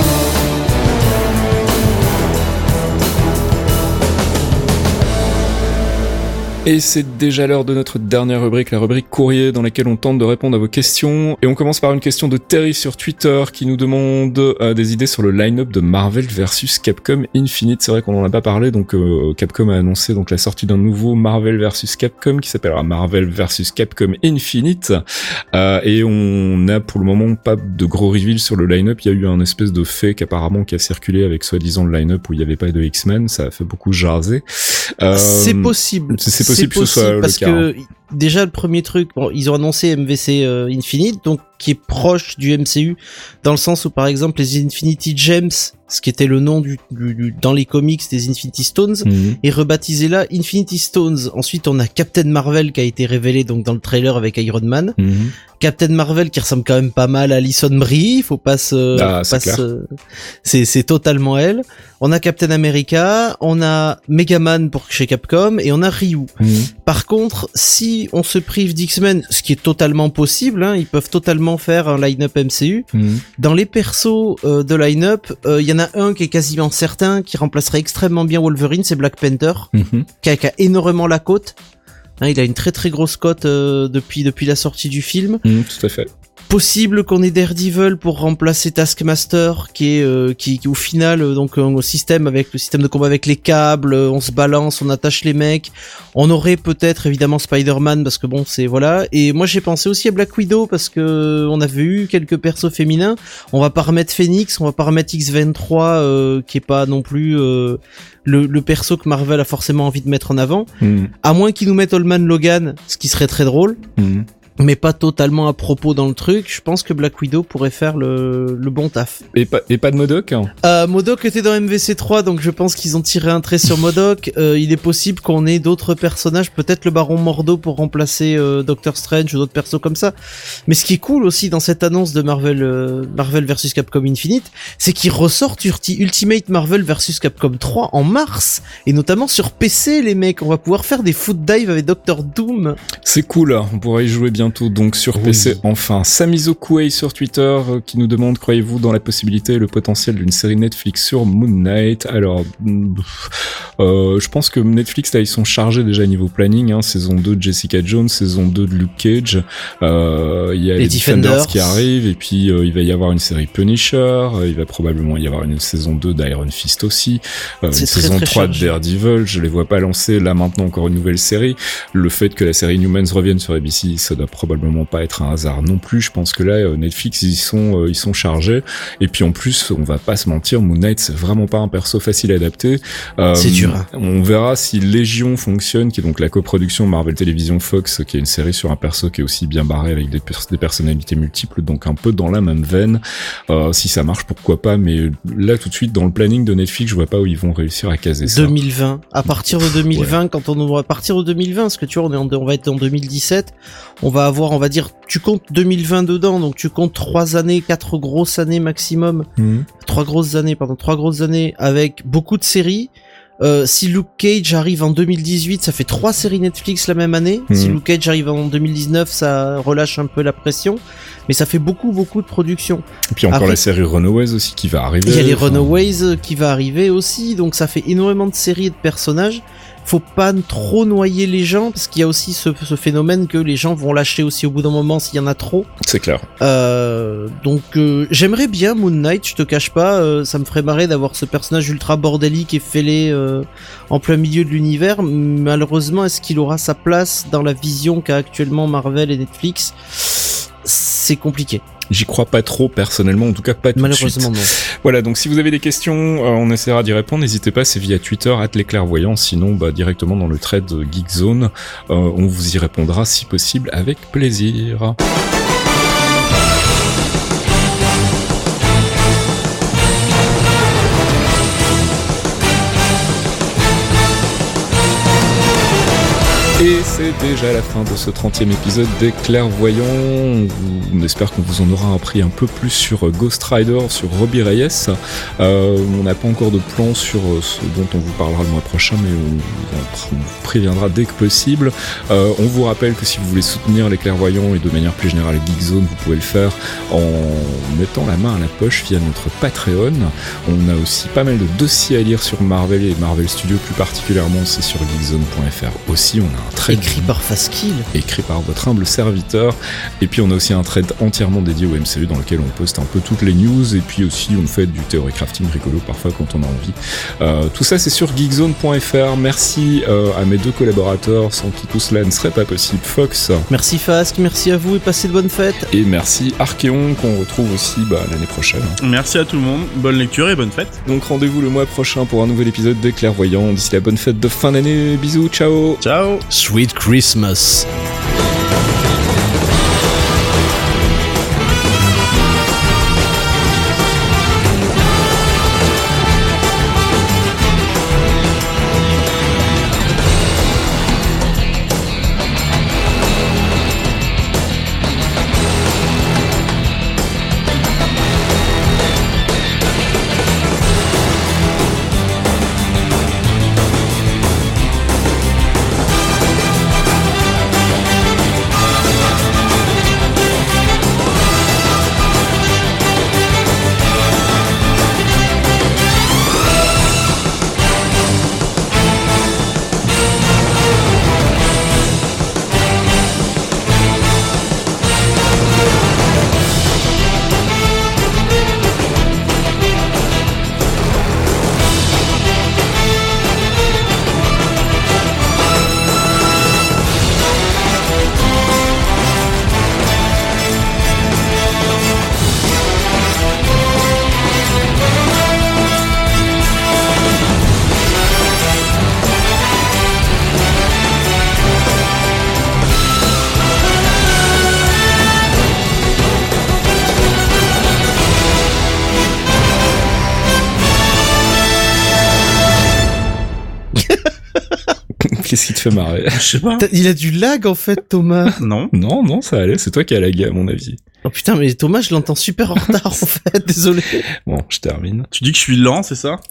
Et c'est déjà l'heure de notre dernière rubrique, la rubrique courrier, dans laquelle on tente de répondre à vos questions. Et on commence par une question de Terry sur Twitter qui nous demande euh, des idées sur le line-up de Marvel versus Capcom Infinite. C'est vrai qu'on en a pas parlé, donc euh, Capcom a annoncé donc la sortie d'un nouveau Marvel versus Capcom qui s'appellera Marvel versus Capcom Infinite. Euh, et on n'a pour le moment pas de gros reveal sur le line-up. Il y a eu un espèce de fake apparemment qui a circulé avec soi-disant le line-up où il n'y avait pas de X-Men. Ça a fait beaucoup jaser. Euh, c'est possible. C'est, c'est possible. C'est possible que ce soit parce le cas, que hein. Déjà le premier truc, bon, ils ont annoncé M V C euh, Infinite, donc qui est proche du M C U dans le sens où par exemple les Infinity Gems, ce qui était le nom du, du, du dans les comics des Infinity Stones, mmh. est rebaptisé là Infinity Stones. Ensuite on a Captain Marvel qui a été révélé donc dans le trailer avec Iron Man. Mmh. Captain Marvel qui ressemble quand même pas mal à Alison Brie, faut pas se, ah, faut c'est, pas se... c'est c'est totalement elle. On a Captain America, on a Megaman pour chez Capcom et on a Ryu. Mmh. Par contre, si on se prive d'X-Men, ce qui est totalement possible, hein, ils peuvent totalement faire un line-up M C U. Mmh. Dans les persos euh, de line-up, il euh, y en a un qui est quasiment certain, qui remplacerait extrêmement bien Wolverine, c'est Black Panther, mmh. qui, a, qui a énormément la cote. Hein, il a une très très grosse cote euh, depuis depuis la sortie du film. Mmh, tout à fait. Possible qu'on ait Daredevil pour remplacer Taskmaster, qui est euh, qui, qui au final euh, donc au système avec le système de combat avec les câbles, euh, on se balance, on attache les mecs. On aurait peut-être évidemment Spider-Man parce que bon c'est voilà. Et moi j'ai pensé aussi à Black Widow parce que on avait eu quelques persos féminins. On va pas remettre Phoenix, on va pas remettre X vingt-trois euh, qui est pas non plus euh, le, le perso que Marvel a forcément envie de mettre en avant. Mmh. À moins qu'ils nous mettent Allman Logan, ce qui serait très drôle. Mmh. Mais pas totalement à propos dans le truc. Je pense que Black Widow pourrait faire le, le bon taf. Et pas, et pas de M O D O K hein. euh, M O D O K était dans M V C trois, donc je pense qu'ils ont tiré un trait sur M O D O K. Euh, il est possible qu'on ait d'autres personnages, peut-être le Baron Mordo pour remplacer euh, Doctor Strange ou d'autres persos comme ça. Mais ce qui est cool aussi dans cette annonce de Marvel euh, Marvel versus Capcom Infinite, c'est qu'ils ressortent Ulti- Ultimate Marvel versus Capcom trois en mars, et notamment sur P C les mecs. On va pouvoir faire des foot dive avec Doctor Doom. C'est cool, on pourra y jouer bien. Bientôt donc sur P C, oui. Enfin. Samizo Kuei sur Twitter euh, qui nous demande: croyez-vous dans la possibilité et le potentiel d'une série Netflix sur Moon Knight? Alors, euh, je pense que Netflix là ils sont chargés déjà niveau planning, hein, saison deux de Jessica Jones, saison deux de Luke Cage, euh, il y a les, les Defenders. Defenders qui arrivent et puis euh, il va y avoir une série Punisher, euh, il va probablement y avoir une saison deux d'Iron Fist aussi, euh, une très, saison très trois chargé. de Daredevil, je les vois pas lancer là maintenant encore une nouvelle série. Le fait que la série Inhumans revienne sur A B C, ça doit probablement pas être un hasard non plus. Je pense que là Netflix ils sont euh, ils sont chargés et puis en plus on va pas se mentir, Moon Knight c'est vraiment pas un perso facile à adapter. Euh, c'est dur. Hein. On verra si Légion fonctionne, qui est donc la coproduction Marvel Television Fox, qui est une série sur un perso qui est aussi bien barré avec des, pers- des personnalités multiples, donc un peu dans la même veine. Euh, si ça marche, pourquoi pas, mais là tout de suite dans le planning de Netflix, je vois pas où ils vont réussir à caser ça. deux mille vingt. À partir de deux mille vingt, ouais. Quand on va à partir de deux mille vingt, parce que tu vois on est en, on va être en deux mille dix-sept, on va avoir, on va dire, tu comptes deux mille vingt dedans, donc tu comptes trois années, quatre grosses années maximum, mmh. trois grosses années, pardon, trois grosses années avec beaucoup de séries. Euh, si Luke Cage arrive en deux mille dix-huit, ça fait trois séries Netflix la même année. Mmh. Si Luke Cage arrive en deux mille dix-neuf, ça relâche un peu la pression, mais ça fait beaucoup beaucoup de production. Et puis encore Après, la série Runaways aussi qui va arriver. Il y a les enfin... Runaways qui va arriver aussi, donc ça fait énormément de séries et de personnages. Faut pas trop noyer les gens parce qu'il y a aussi ce, ce phénomène que les gens vont lâcher aussi au bout d'un moment s'il y en a trop. C'est clair. Euh, donc euh, j'aimerais bien Moon Knight, je te cache pas, euh, ça me ferait marrer d'avoir ce personnage ultra bordélique et fêlé euh, en plein milieu de l'univers. Malheureusement, est-ce qu'il aura sa place dans la vision qu'a actuellement Marvel et Netflix? C'est compliqué. J'y crois pas trop personnellement, en tout cas pas tout de suite. Malheureusement non. Voilà, donc si vous avez des questions, euh, on essaiera d'y répondre. N'hésitez pas, c'est via Twitter arobase les clairvoyants, sinon bah, directement dans le thread Geekzone. Euh, on vous y répondra si possible avec plaisir. Et c'est déjà la fin de ce trentième épisode des Clairvoyants. On espère qu'on vous en aura appris un peu plus sur Ghost Rider, sur Robbie Reyes. Euh, on n'a pas encore de plan sur ce dont on vous parlera le mois prochain, mais on, on, on vous préviendra dès que possible. Euh, on vous rappelle que si vous voulez soutenir les Clairvoyants et de manière plus générale Geekzone, vous pouvez le faire en mettant la main à la poche via notre Patreon. On a aussi pas mal de dossiers à lire sur Marvel et Marvel Studios plus particulièrement, c'est sur geekzone point f r. Aussi, on a un thread écrit par Faskill, écrit par votre humble serviteur, et puis on a aussi un thread entièrement dédié au M C U dans lequel on poste un peu toutes les news, et puis aussi on fait du théorie crafting rigolo parfois quand on a envie. Euh, tout ça c'est sur geekzone point f r. Merci euh, à mes deux collaborateurs sans qui tout cela ne serait pas possible. Fox. Merci Fask, merci à vous et passez de bonnes fêtes. Et merci Archeon qu'on retrouve aussi bah, l'année prochaine. Merci à tout le monde, bonne lecture et bonne fête. Donc rendez-vous le mois prochain pour un nouvel épisode des Clairvoyants. D'ici là, bonne fête de fin d'année, bisous, ciao. Ciao. Sweet Christmas. Qu'est-ce qui te fait marrer? Je sais pas. Il a du lag en fait, Thomas. Non. Non, non, ça allait. C'est toi qui as lagué à mon avis. Oh putain, mais Thomas, je l'entends super en retard en fait. Désolé. Bon, je termine. Tu dis que je suis lent, c'est ça?